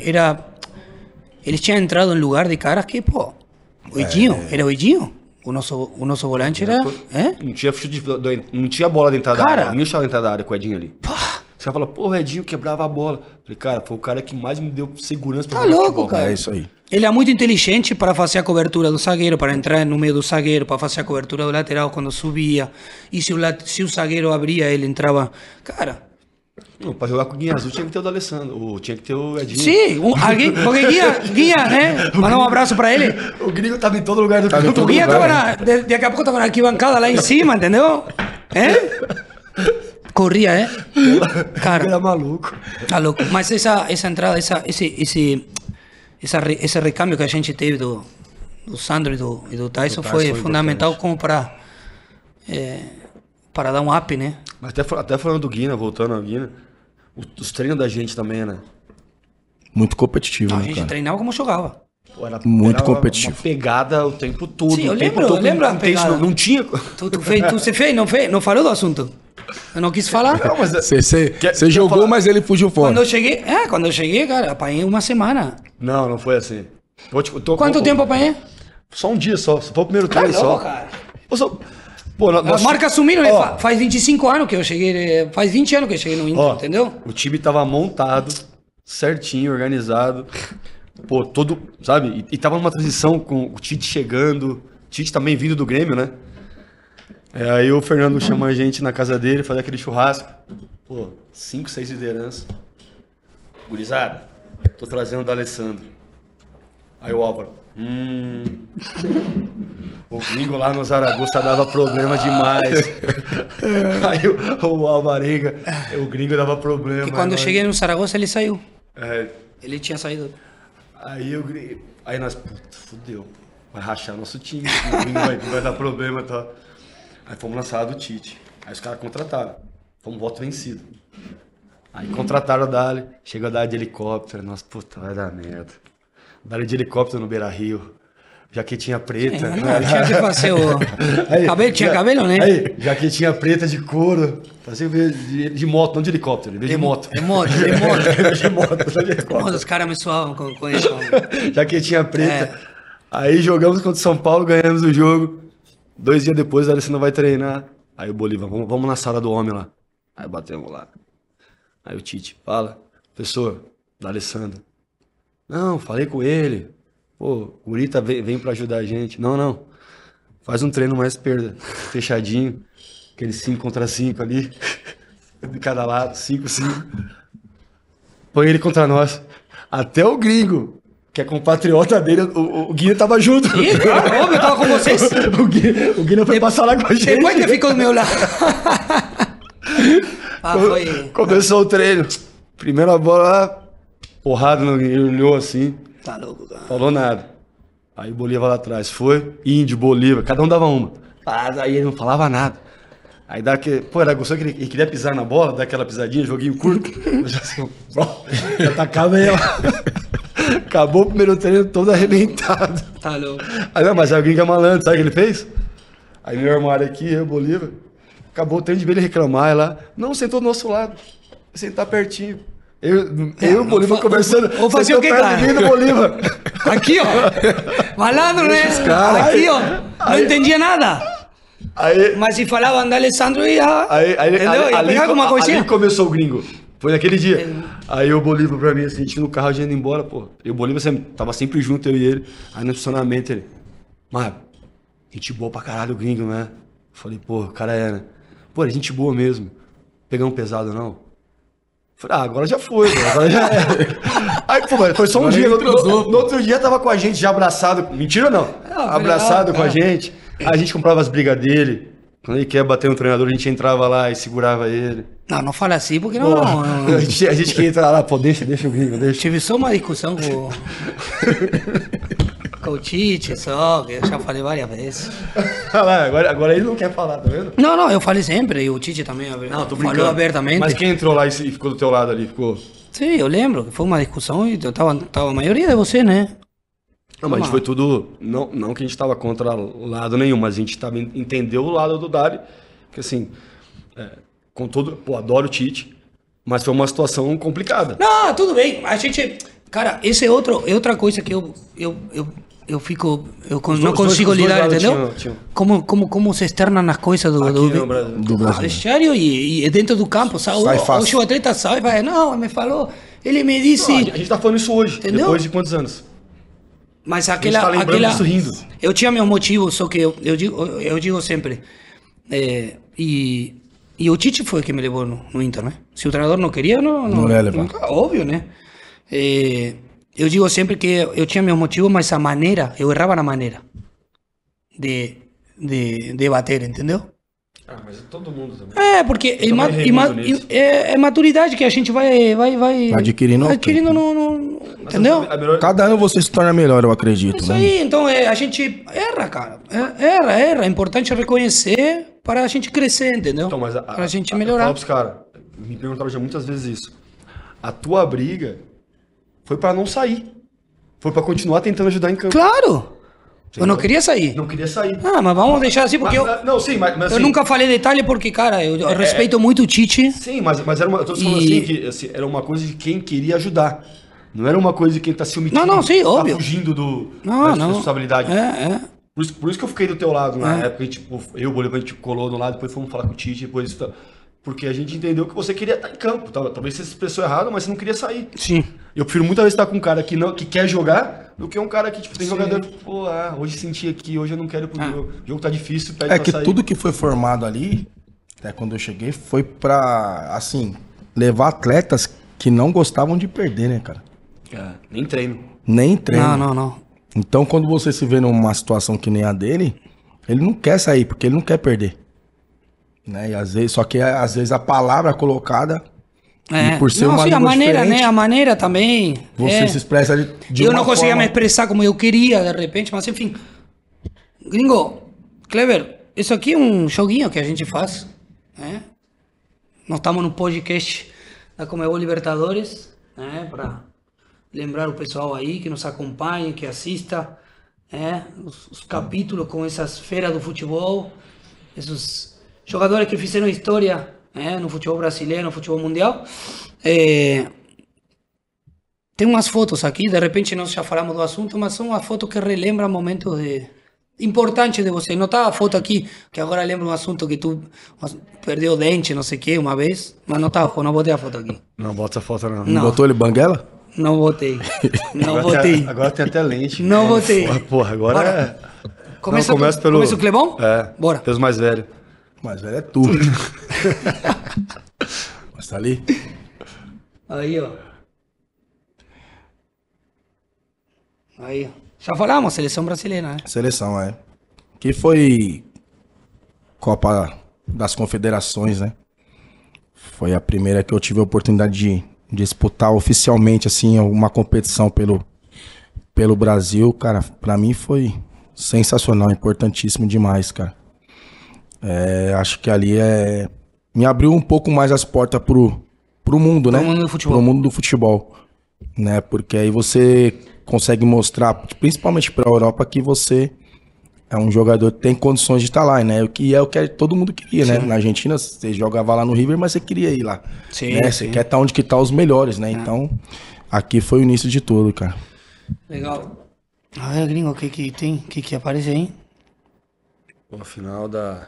Eles tinham entrado em lugar de caras que, pô, o Edinho, era o Edinho. O nosso volante era... Não tinha bola dentro da Cara, área, ninguém estava dentro da área com o Edinho ali. Você fala, pô, o Edinho quebrava a bola. Falei, cara, foi o cara que mais me deu segurança pra jogar futebol. Cara. É isso aí. Ele é muito inteligente para fazer a cobertura do zagueiro, para entrar no meio do zagueiro, para fazer a cobertura do lateral quando subia. E se o zagueiro abria, ele entrava... Cara... Não, para jogar com o Guinha Azul tinha que ter o D'Alessandro, tinha que ter o Edinho. Sim, porque Guinha, né? Mandar um abraço para ele. O gringo tava em todo lugar do campo. O Guinha tava daqui a pouco tava na arquibancada lá em cima, entendeu? Corria, Cara, era maluco. Tá louco. Mas essa entrada, esse recâmbio que a gente teve do Sandro e do Tyson foi fundamental como para dar um up, né? Mas até falando do Guina, voltando ao Guina, os treinos da gente também, né? Muito competitivo, A gente treinava como jogava. Pô, muito competitivo. Uma pegada o tempo todo. Sim, eu lembro a pegada. Não tinha... Você fez, não falou do assunto? Eu não quis falar. Não, mas você jogou, mas ele fugiu fora. Quando eu cheguei, cara, apanhei uma semana. Não foi assim. Quanto tempo apanhei? Só um dia só foi o primeiro treino só. Cara. As marcas sumiram, faz 25 anos que eu cheguei, faz 20 anos que eu cheguei no Inter, entendeu? O time tava montado, certinho, organizado, pô, todo, sabe? E tava numa transição com o Tite chegando, Tite também vindo do Grêmio, né? Aí o Fernando chama a gente na casa dele, fazer aquele churrasco, pô, 5, 6 lideranças. Gurizada, tô trazendo o D'Alessandro. Aí o Álvaro, O gringo lá no Zaragoza dava problema demais. Aí o Alvarenga, o gringo dava problema. E quando eu cheguei no Zaragoza, ele saiu. É, Ele tinha saído. aí nós, puta, fudeu. Vai rachar nosso time, o gringo vai dar problema e tal. Aí fomos na sala do Tite. Aí os caras contrataram. Fomos voto vencido. Aí contrataram o Dali. Chega o Dali de helicóptero. Nossa, puta, vai dar merda. Dali de helicóptero no Beira-Rio. Jaquetinha preta. Não, tinha que fazer o... cabelo, tinha cabelo, né? Aí, jaquetinha preta de couro. Fazia de moto, não de helicóptero. Em vez de moto. De moto. de moto, não de helicóptero. Nossa, os caras me suavam com isso. Jaquetinha preta. Aí jogamos contra o São Paulo, ganhamos o jogo. 2 dias depois, a você não vai treinar. Aí o Bolívar, vamos na sala do homem lá. Aí batemos lá. Aí o Tite, fala, professor, da Alessandro. Não, falei com ele. Pô, o Gurita vem pra ajudar a gente. Não. Faz um treino mais perda. Fechadinho. Aquele 5 contra 5 ali. De cada lado, 5-5. Põe ele contra nós. Até o gringo, que é compatriota dele, o Guilherme tava junto. Ih, claro, óbvio, eu tava com vocês. O Guilherme foi passar lá com a gente. Depois que ficou do meu lado. Foi... Começou o treino. Primeira bola lá, porrada no Guilherme, olhou assim. Tá louco, cara. Falou nada. Aí o Bolívar lá atrás foi, Índio, Bolívar, cada um dava uma. Aí ele não falava nada. Aí dá que, pô, era gostoso que ele queria pisar na bola, dar aquela pisadinha, joguinho curto. Eu já assim, já atacava ela. Acabou o primeiro treino todo arrebentado. Tá louco. Aí não, mas aí o gringo é malandro, sabe o que ele fez? Aí meu armário aqui, eu, Bolívar. Acabou o treino de ver ele reclamar, lá. Não, sentou do nosso lado. Sentar pertinho. Eu e o Bolívar conversando. Vou fazer o que, cara? Do Bolívar. Aqui, ó. Malandro, né? Aqui, ó. Não entendia nada. Aí, mas se falava da Alessandro ia. Entendeu? Ali começou o gringo. Foi naquele dia. Aí o Bolívar pra mim, assim, a gente no carro, a gente indo embora, pô. E o Bolívar tava sempre junto, eu e ele. Aí no estacionamento ele. Mas, gente boa pra caralho o gringo, né? Falei, pô, o cara é, né? Pô, é gente boa mesmo. Pegamos pesado, não? Falei, agora já foi, agora já é. Aí, pô, foi só um dia. No outro dia tava com a gente já abraçado. Mentira ou não? Abraçado com a gente. Aí a gente comprava as brigas dele. Quando ele quer bater no treinador, a gente entrava lá e segurava ele. Não fala assim, porque não. A gente que entra lá, pô, deixa o gringo, deixa. Tive só uma discussão com o Tite, só, que eu já falei várias vezes. Agora ele não quer falar, tá vendo? Não, eu falei sempre, e o Tite também falou abertamente. Mas quem entrou lá e ficou do teu lado ali, ficou? Sim, eu lembro que foi uma discussão e tava a maioria de você, né? Não, mas a gente foi tudo. Não que a gente tava contra lado nenhum, mas a gente entendeu o lado do Dari. Que assim, com todo. Pô, adoro o Tite, mas foi uma situação complicada. Não, tudo bem. A gente. Cara, esse é outra coisa que eu fico. Eu não consigo lidar, entendeu? Tinha. Como se externam as coisas do Brasil. E dentro do campo, sabe? Hoje o atleta sai e vai, não, me falou. Ele me disse. Não, a gente tá falando isso hoje, entendeu? Depois de quantos anos? Mas aquela isso rindo. Eu tinha meus motivos, só que eu digo sempre. E o Tite foi que me levou no Inter, né? Se o treinador não queria, não ia levar. Óbvio, né? Eu digo sempre que eu tinha meus motivos, mas a maneira, eu errava na maneira de bater, entendeu? Mas todo mundo também. Porque é maturidade que a gente vai adquirindo entendeu? Cada ano você se torna melhor, eu acredito. Isso aí, então a gente erra, cara. Erra. É importante reconhecer para a gente crescer, entendeu? Então, mas para a gente melhorar. Fala pros caras, me perguntaram já muitas vezes isso. A tua briga foi para não sair. Foi para continuar tentando ajudar em campo. Claro! Eu não queria sair. Não queria sair. Mas vamos deixar assim, porque mas eu nunca falei detalhe, porque, cara, eu respeito muito o Tite. Sim, mas era uma, eu tô falando assim, que assim, era uma coisa de quem queria ajudar. Não era uma coisa de quem tá se omitindo. Não, sim, óbvio. Tá fugindo da responsabilidade. Por isso que eu fiquei do teu lado na época, tipo, eu e o Bolívar, a gente colou do lado, depois fomos falar com o Tite, depois... Porque a gente entendeu que você queria estar em campo. Talvez você se expressou errado, mas você não queria sair. Sim. Eu prefiro muitas vezes estar com um cara que quer jogar do que um cara que, tipo, tem jogador que, pô, hoje senti aqui, hoje eu não quero ir pro jogo. O jogo tá difícil, pede pra sair. Tudo que foi formado ali, até quando eu cheguei, foi pra, assim, levar atletas que não gostavam de perder, né, cara? Nem treino. Nem treino. Não. Então, quando você se vê numa situação que nem a dele, Ele não quer sair, porque ele não quer perder. Né? E às vezes, só que às vezes a palavra colocada, e por ser uma a língua maneira, diferente, né? A maneira também. você se expressa de Eu uma não conseguia forma... me expressar como eu queria, de repente, mas enfim. Gringo, Clever, isso aqui é um joguinho que a gente faz, né? Nós estamos no podcast da Conmebol Libertadores, né? Para lembrar o pessoal aí que nos acompanha, que assista, né? Os capítulos com essas feiras do futebol, esses jogadores que fizeram história, né? No futebol brasileiro, no futebol mundial. Tem umas fotos aqui, de repente nós já falamos do assunto, mas são umas fotos que relembram momentos importantes de você. Não tá a foto aqui, que agora lembra um assunto que tu perdeu o dente, não sei o que, uma vez, mas não botei a foto aqui. Não bota essa foto, não. Não botou ele banguela? Não botei. Não Agora botei. Agora tem até lente. Não botei. Porra, agora Bora. Começa o Clebão? Bora. Pelos mais velhos. Mas velho é tu. Mas tá ali. Aí, ó. Aí, ó. Já falamos, seleção brasileira, né? Seleção, é. Que foi Copa das Confederações, né? Foi a primeira que eu tive a oportunidade de disputar oficialmente, assim, uma competição pelo Brasil. Cara, pra mim foi sensacional, importantíssimo demais, cara. Acho que ali me abriu um pouco mais as portas pro mundo, né? Pro mundo do futebol. Pro mundo do futebol, né? Porque aí você consegue mostrar, principalmente pra Europa, que você é um jogador que tem condições de estar lá, né? Que é o que todo mundo queria, né? Na Argentina, você jogava lá no River, mas você queria ir lá. Sim, né? sim. Você quer estar onde que tá os melhores, né? Então, aqui foi o início de tudo, cara. Legal. A ver, gringo, o que tem? O que aparece aí? O final da...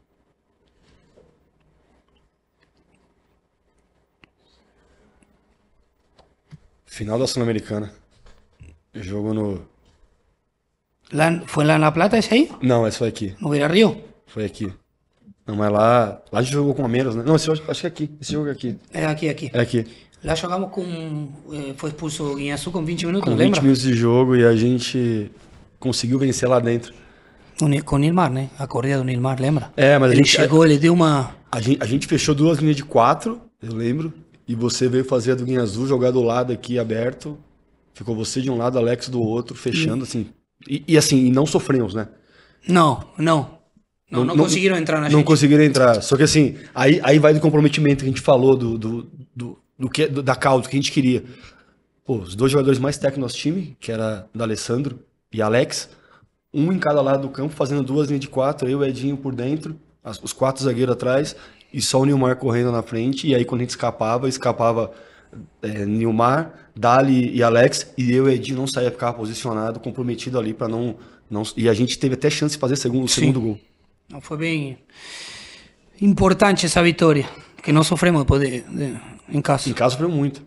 Final da Sul-Americana. Jogo no... Foi lá na Plata esse aí? Não, esse foi aqui. No Beira Rio? Foi aqui. Não, mas lá a gente jogou com a menos, né? Não, esse jogo, acho que é aqui. Esse jogo é aqui. É aqui. É aqui. Lá jogamos com... foi expulso o Guinhaçu com 20 minutos, Com 20 lembra? minutos de jogo e a gente conseguiu vencer lá dentro. Com o Nilmar, né? A corrida do Nilmar, lembra? É, mas ele chegou, ele deu uma... A gente fechou 2 linhas de 4, eu lembro. E você veio fazer a do Guinha Azul, jogar do lado aqui aberto. Ficou você de um lado, Alex do outro, fechando assim. E assim, e não sofremos, né? Não conseguiram entrar na gente. Não conseguiram entrar. Só que assim, aí vai do comprometimento que a gente falou, da causa, do que a gente queria. Pô, os 2 jogadores mais técnicos do nosso time, que era o D'Alessandro e Alex, um em cada lado do campo, fazendo 2 linhas de 4, eu e o Edinho por dentro, os 4 zagueiros atrás, e só o Nilmar correndo na frente. E aí quando a gente escapava Nilmar, Dali e Alex, e eu e Edinho não saía, ficava posicionado, comprometido ali para não... E a gente teve até chance de fazer o segundo gol. Não, foi bem importante essa vitória, que não sofremos depois em casa. Em casa sofreu muito.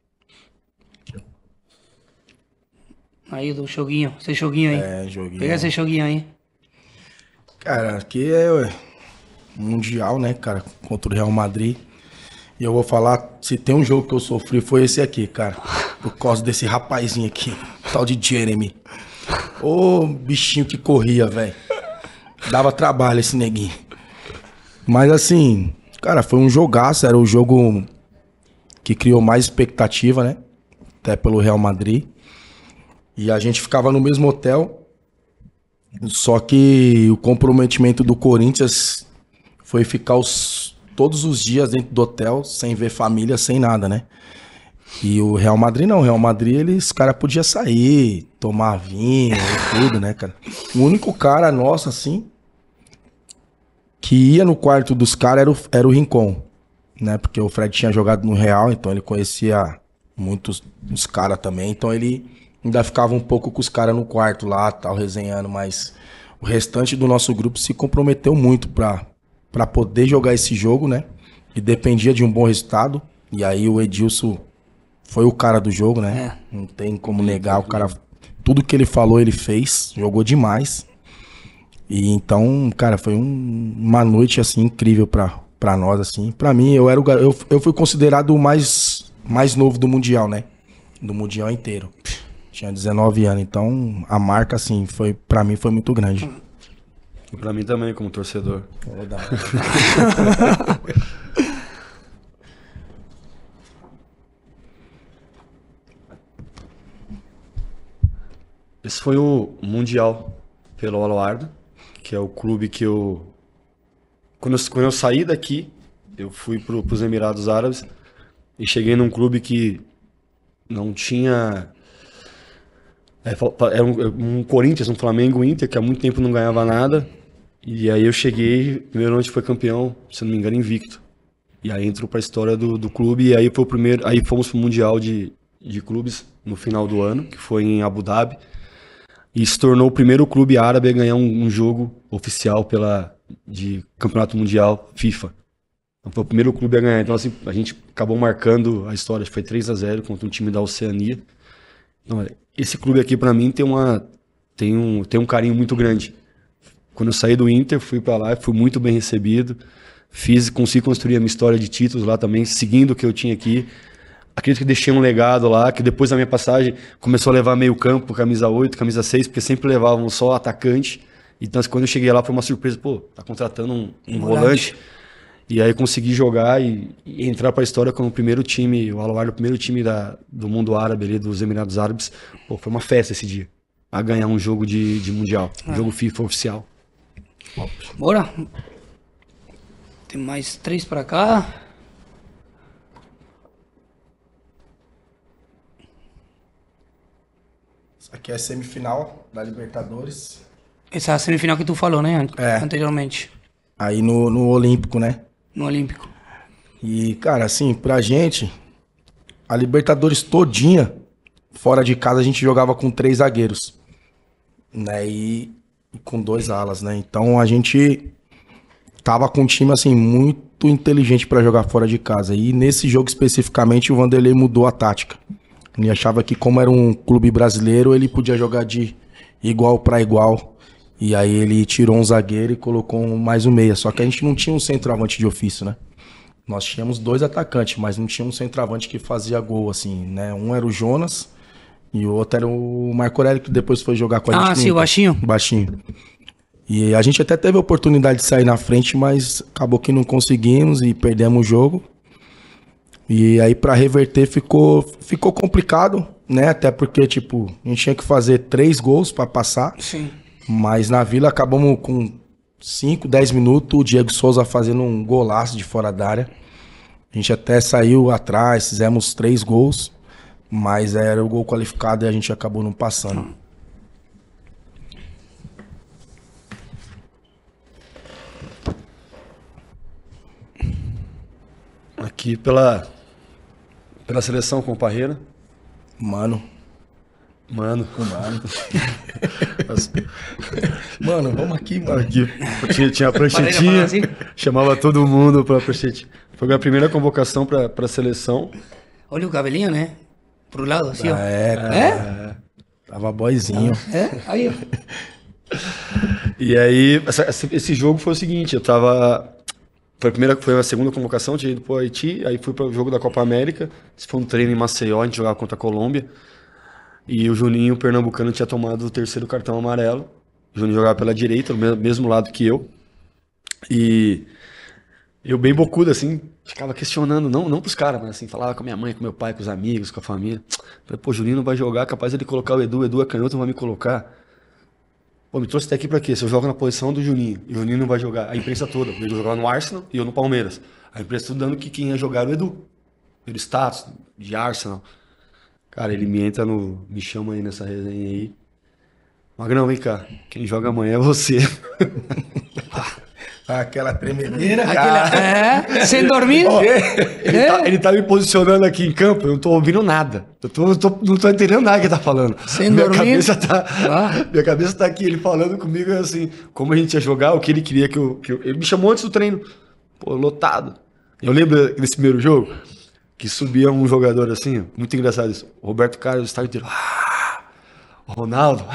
Aí do joguinho, esse joguinho aí. Joguinho. Pega esse joguinho aí. Cara, aqui é mundial, né, cara, contra o Real Madrid. E eu vou falar, se tem um jogo que eu sofri, foi esse aqui, cara. Por causa desse rapazinho aqui, tal de Jeremy. Ô, bichinho que corria, velho. Dava trabalho esse neguinho. Mas assim, cara, foi um jogaço, era o jogo que criou mais expectativa, né? Até pelo Real Madrid. E a gente ficava no mesmo hotel. Só que o comprometimento do Corinthians foi ficar todos os dias dentro do hotel, sem ver família, sem nada, né? E o Real Madrid não. O Real Madrid, os caras podiam sair, tomar vinho e tudo, né, cara? O único cara nosso, assim, que ia no quarto dos caras era o Rincon, né? Porque o Fred tinha jogado no Real, então ele conhecia muitos dos caras também. Então ele ainda ficava um pouco com os caras no quarto lá, tal, resenhando. Mas o restante do nosso grupo se comprometeu muito pra poder jogar esse jogo, né? E dependia de um bom resultado. E aí o Edilson foi o cara do jogo, né? Não tem como negar. O cara, tudo que ele falou, ele fez. Jogou demais. E então, cara, foi uma noite, assim, incrível pra nós, assim. Pra mim, eu fui considerado o mais novo do Mundial, né? Do Mundial inteiro. Tinha 19 anos. Então, a marca, assim, pra mim foi muito grande. E pra mim também, como torcedor. Vou dar. Esse foi o Mundial pelo Aluardo, que é o clube que eu... Quando eu saí daqui, eu fui pros Emirados Árabes e cheguei num clube que não tinha... Era um Corinthians, um Flamengo, Inter, que há muito tempo não ganhava nada. E aí eu cheguei, primeiro noite foi campeão, se não me engano, invicto. E aí entrou pra história do clube e aí foi o primeiro... Aí fomos pro Mundial de clubes no final do ano, que foi em Abu Dhabi. E se tornou o primeiro clube árabe a ganhar um jogo oficial de Campeonato Mundial FIFA. Então foi o primeiro clube a ganhar. Então assim, a gente acabou marcando a história, foi 3-0 contra um time da Oceania. Então, esse clube aqui pra mim tem um carinho muito grande. Quando eu saí do Inter, fui pra lá, fui muito bem recebido. Consegui construir a minha história de títulos lá também, seguindo o que eu tinha aqui. Acredito que deixei um legado lá, que depois da minha passagem começou a levar meio campo, camisa 8, camisa 6, porque sempre levavam só atacante. Então, quando eu cheguei lá, foi uma surpresa. Pô, tá contratando um volante. E aí consegui jogar e entrar para a história como o primeiro time, o Al-Ahly, o primeiro time do mundo árabe, ali, dos Emirados Árabes. Pô, foi uma festa esse dia, a ganhar um jogo de Mundial, um jogo FIFA oficial. Bora. Tem mais 3 para cá. Aqui é a semifinal da Libertadores. Essa é a semifinal que tu falou, né? Anteriormente. Aí no Olímpico, né? No Olímpico. E, cara, assim, pra gente, a Libertadores todinha, fora de casa, a gente jogava com 3 zagueiros, né? E com 2 alas, né? Então a gente tava com um time, assim, muito inteligente pra jogar fora de casa. E nesse jogo especificamente, o Vanderlei mudou a tática. Ele achava que, como era um clube brasileiro, ele podia jogar de igual para igual. E aí ele tirou um zagueiro e colocou mais um meia. Só que a gente não tinha um centroavante de ofício, né? Nós tínhamos 2 atacantes, mas não tinha um centroavante que fazia gol, assim, né? Um era o Jonas e o outro era o Marco Aurélio, que depois foi jogar com a gente. Ah, sim, o baixinho? Baixinho. E a gente até teve a oportunidade de sair na frente, mas acabou que não conseguimos e perdemos o jogo. E aí pra reverter ficou complicado, né? Até porque, tipo, a gente tinha que fazer 3 gols pra passar. Sim. Mas na Vila acabamos com 5, 10 minutos, o Diego Souza fazendo um golaço de fora da área. A gente até saiu atrás, fizemos 3 gols, mas era o gol qualificado e a gente acabou não passando. Aqui pela seleção com o Parreira. Mano. Mano, vamos aqui, mano. Aqui tinha a pranchetinha, assim? chamava todo mundo pra pranchetinha. Foi a primeira convocação pra seleção. Olha o cabelinho, né? Pro lado, assim, ó. Tava boyzinho. Aí, ó. E aí, esse jogo foi o seguinte, eu tava... Foi a segunda convocação, tinha ido pro Haiti, aí fui pro jogo da Copa América, esse foi um treino em Maceió, a gente jogava contra a Colômbia, e o Juninho, o pernambucano, tinha tomado o 3º cartão amarelo, o Juninho jogava pela direita, no mesmo lado que eu, e eu bem bocudo, assim, ficava questionando, não pros caras, mas assim, falava com a minha mãe, com meu pai, com os amigos, com a família, falei, pô, o Juninho não vai jogar, capaz de ele colocar o Edu é canhoto, não vai me colocar. Pô, me trouxe até aqui pra quê? Se eu jogo na posição do Juninho, e o Juninho não vai jogar, a imprensa toda, ele jogava no Arsenal e eu no Palmeiras. A imprensa tudo dando que quem ia jogar era o Edu, pelo status de Arsenal. Cara, ele me chama aí nessa resenha aí. Magrão, vem cá, quem joga amanhã é você. Aquela tremedeira. Sem dormir? Ele tá me posicionando aqui em campo, eu não tô ouvindo nada. Não tô entendendo nada que ele tá falando. Sem dormir? Minha cabeça tá aqui, ele falando comigo assim, como a gente ia jogar, o que ele queria que eu... Ele me chamou antes do treino. Pô, lotado. Eu lembro desse primeiro jogo, que subia um jogador assim, muito engraçado isso. O Roberto Carlos, o estádio inteiro. O Ronaldo.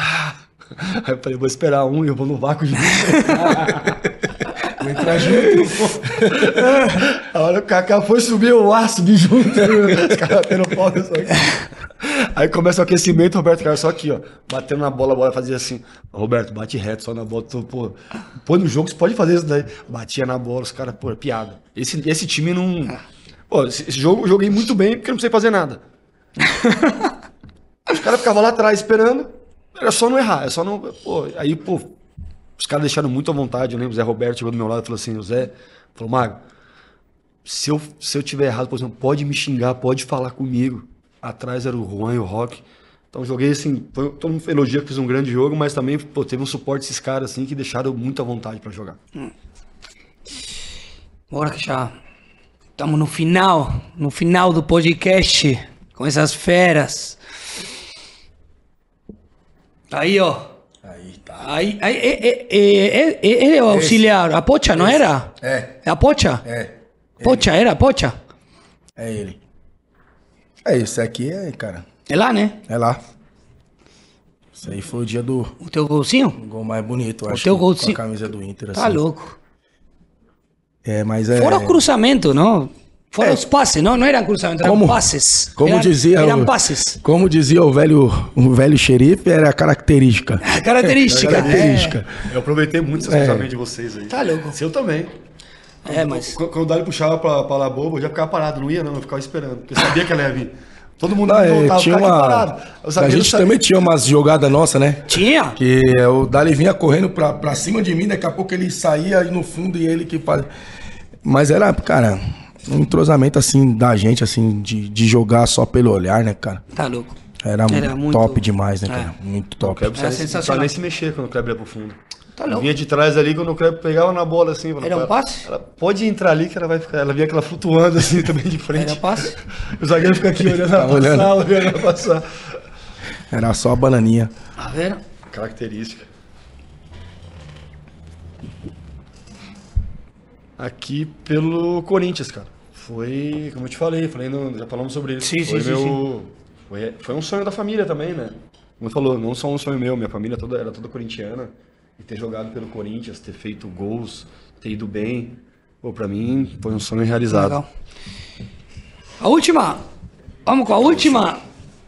Aí eu falei, vou esperar um e eu vou no vácuo de... Vou entrar junto. A hora que o Kaká foi subir, o ar subi junto. Os caras tendo pau só aqui. Aí começa o aquecimento, o Roberto Carlos só aqui, ó. Batendo na bola, a bola fazia assim. Roberto, bate reto só na bola. Pô, põe no jogo, você pode fazer isso daí. Batia na bola, os caras, pô, piada. Esse time não... Pô, esse jogo eu joguei muito bem porque eu não sei fazer nada. Os caras ficavam lá atrás esperando. Era só não errar, é só não... Pô, aí, pô, os caras deixaram muito à vontade. Eu lembro, o Zé Roberto chegou do meu lado e falou assim, o Zé, falou, Mago, se eu tiver errado, por exemplo, pode me xingar, pode falar comigo. Atrás era o Juan e o Roque. Então joguei assim, todo mundo elogia que fiz um grande jogo, mas também, pô, teve um suporte desses caras assim que deixaram muito à vontade pra jogar. Bora que já estamos no final do podcast, com essas feras. Aí, ó. Aí, tá. Aí, ele é o auxiliar. A Pocha, não era? É. É a Pocha? É. Pocha, era a Pocha? É ele. É, esse aqui é, cara. É lá, né? É lá. Isso aí foi o dia do O teu golzinho? gol mais bonito, eu acho. teu que, golzinho. com a camisa do Inter, assim. Tá louco. É, mas é... Fora o cruzamento, não? Fora os passes, não? Não eram cruzamentos, eram passes. Como dizia... Eram passes. Como dizia o velho xerife, era a característica. Característica. Característica. Eu aproveitei muito esse cruzamento de vocês aí. Tá louco. Eu também. É, mas... Quando o Dali puxava pra La Boba, eu já ficava parado, não ia não, eu ficava esperando, porque eu sabia que ela ia vir. Todo mundo Não, tinha parado. A gente também tinha umas jogadas nossas, né? Tinha? Que o Dali vinha correndo pra cima de mim, daqui a pouco ele saía e no fundo e ele que fazia. Mas era, cara, um entrosamento assim da gente, assim, de jogar só pelo olhar, né, cara? Tá louco. Era muito top demais, né, É. cara? Muito O top. Kleber Era não sensacional. nem se mexer quando o Kleber ia pro fundo. Tá louco. Vinha de trás ali, quando o Kleber pegava na bola assim. Era um passe? Ela pode entrar ali que ela vai ficar. Ela vinha aquela flutuando assim também de frente. Era passe? O zagueiro fica aqui olhando ela passar, olhando ela passar. Era só a bananinha. A ver. Característica. Aqui pelo Corinthians, cara. Foi, como eu te falei, já falamos sobre isso. Sim, foi sim. Foi um sonho da família também, né? Como falou, não só um sonho meu, minha família era toda corintiana. E ter jogado pelo Corinthians, ter feito gols, ter ido bem. Pô, pra mim foi um sonho realizado. Legal. A última. Vamos com a última.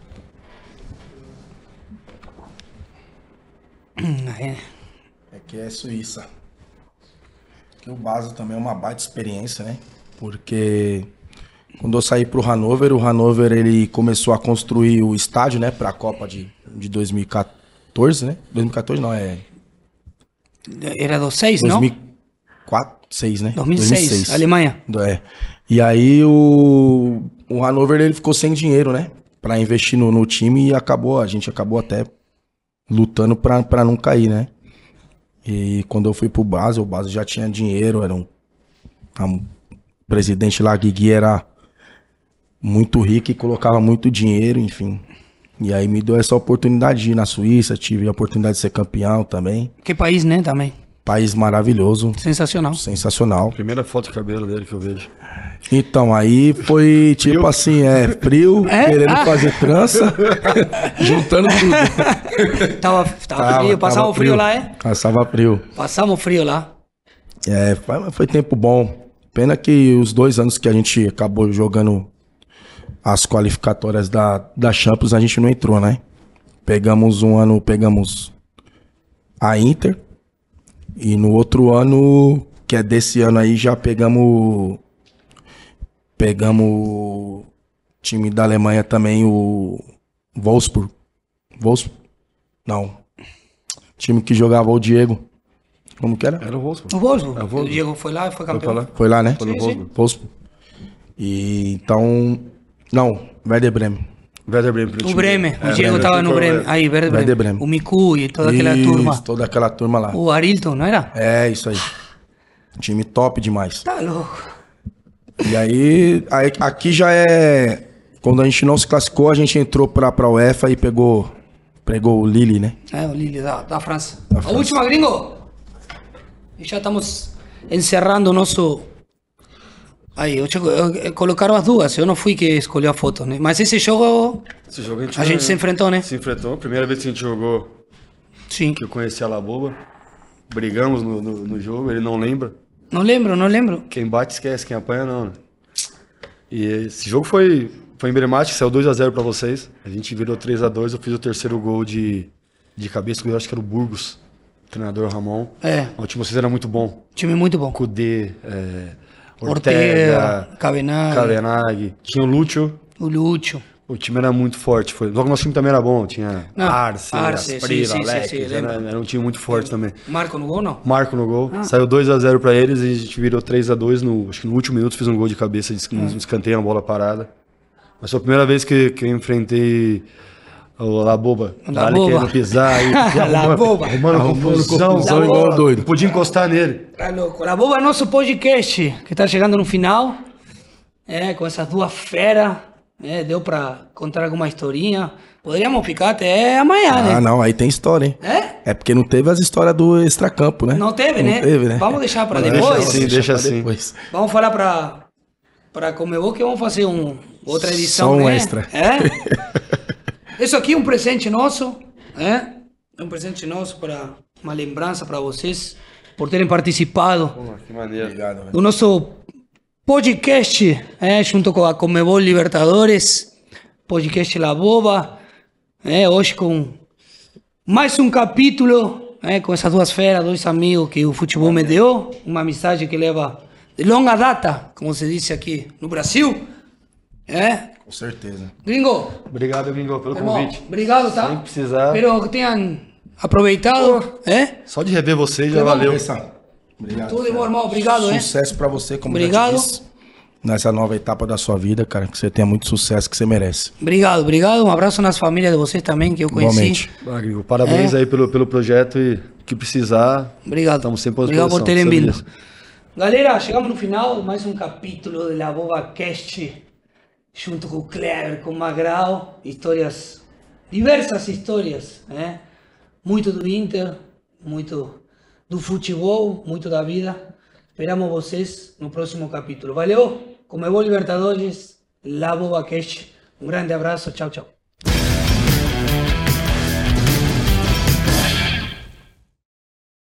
É. Que é Suíça. Que o Basel também é uma baita experiência, né? Porque quando eu saí pro Hannover, o Hannover ele começou a construir o estádio, né? Pra Copa de 2014, né? 2014 não, Era do 6, não? 2004, 6, né? 2006, Alemanha. É. E aí o Hannover ele ficou sem dinheiro, né? Pra investir no time e a gente acabou até lutando pra não cair, né? E quando eu fui pro Basel, o Basel já tinha dinheiro, o presidente lá, Guigui, era muito rico e colocava muito dinheiro, enfim. E aí me deu essa oportunidade de ir na Suíça, tive a oportunidade de ser campeão também. Que país, né, também. País maravilhoso, Sensacional. sensacional. Primeira foto de cabelo dele que eu vejo. Então, aí foi tipo assim, frio, querendo fazer trança, juntando tudo. Tava frio, passava frio lá, é? Passava frio. Passamos frio lá. Foi tempo bom. Pena que os 2 anos que a gente acabou jogando as qualificatórias da Champions, a gente não entrou, né? Pegamos a Inter. E no outro ano, que é desse ano aí, já pegamos o time da Alemanha também, o Wolfsburg. Não. Time que jogava o Diego. Como que era? Era o Wolfsburg. O Wolfsburg. O Diego foi lá e foi campeão. Foi lá, né? Foi no Wolfsburg. Wolfsburg. E então... Não, Werder Bremen. Werder Bremen. O Bremen. O Diego tava no Bremen. Aí, Werder Bremen. O Miku e toda aquela turma. Toda aquela turma lá. O Arilton, não era? É, isso aí. Time top demais. Tá louco. E aí aqui já é... Quando a gente não se classificou, a gente entrou pra UEFA e pegou o Lille, né? O Lille da França. A última, gringo. E já estamos encerrando o nosso... Aí, colocaram as duas. Eu não fui que escolhi a foto, né? Mas esse jogo a gente se enfrentou, né? Se enfrentou. Primeira vez que a gente jogou, Sim. que eu conheci a La Boba. Brigamos no jogo, ele não lembra. Não lembro. Quem bate esquece, quem apanha não, né? E esse jogo foi emblemático, saiu 2-0 pra vocês. A gente virou 3-2, eu fiz o terceiro gol de cabeça, eu acho que era o Burgos, o treinador Ramon. O time de vocês era muito bom. Time muito bom. Kudê, Ortega, Kavenag. Tinha o Lúcio. O Lúcio. O time era muito forte. Logo, nosso time também era bom. Tinha Arce, Asprila, Alex. Era um time muito forte também. Marco no gol, não? Marco no gol. Saiu 2-0 pra eles e a gente virou 3-2. Acho que no último minuto fiz um gol de cabeça, um escanteio, uma bola parada. Mas foi a primeira vez que eu enfrentei o La Boba. La Boba. Querendo pisar aí. La Boba. Arrumando confusão igual doido. Não podia encostar nele. Tá louco. La Boba é nosso podcast, que tá chegando no final. Com essas duas feras. Deu pra contar alguma historinha. Poderíamos ficar até amanhã, né? Ah, não, aí tem história, hein? É porque não teve as histórias do extracampo, né? Não teve, né? Vamos deixar pra Deixa depois? assim, deixa assim. Depois. Vamos falar pra Comebol que vamos fazer outra edição, Só um né? extra. Isso aqui é um presente nosso, É um presente nosso para uma lembrança para vocês por terem participado Que maneiro. Obrigado, velho. do nosso podcast, junto com a Comebol Libertadores, podcast La Boba, hoje com mais um capítulo, com essas duas feras, dois amigos que o futebol me deu, uma amizade que leva de longa data, como se diz aqui no Brasil, Com certeza. Gringo, Obrigado, Gringo, pelo irmão, convite. obrigado, tá? Sem precisar. Espero que tenham aproveitado, Só de rever vocês já Que bom. valeu. Obrigado. Tudo de bom, irmão, obrigado, Sucesso pra você, como Obrigado. eu te disse. Nessa nova etapa da sua vida, cara, que você tenha muito sucesso que você merece. Obrigado. Um abraço nas famílias de vocês também, que eu conheci. Igualmente. Gringo, parabéns aí pelo projeto e o que precisar. Obrigado. Estamos sempre à Obrigado por disposição. terem Sabe vindo. disso. Galera, chegamos no final, mais um capítulo de La Boba Cast, junto com o Kleber, com o Magral, diversas histórias, Muito do Inter, muito do futebol, muito da vida. Esperamos vocês no próximo capítulo. Valeu? Comebol Libertadores, La Boba Cast. Um grande abraço, tchau, tchau.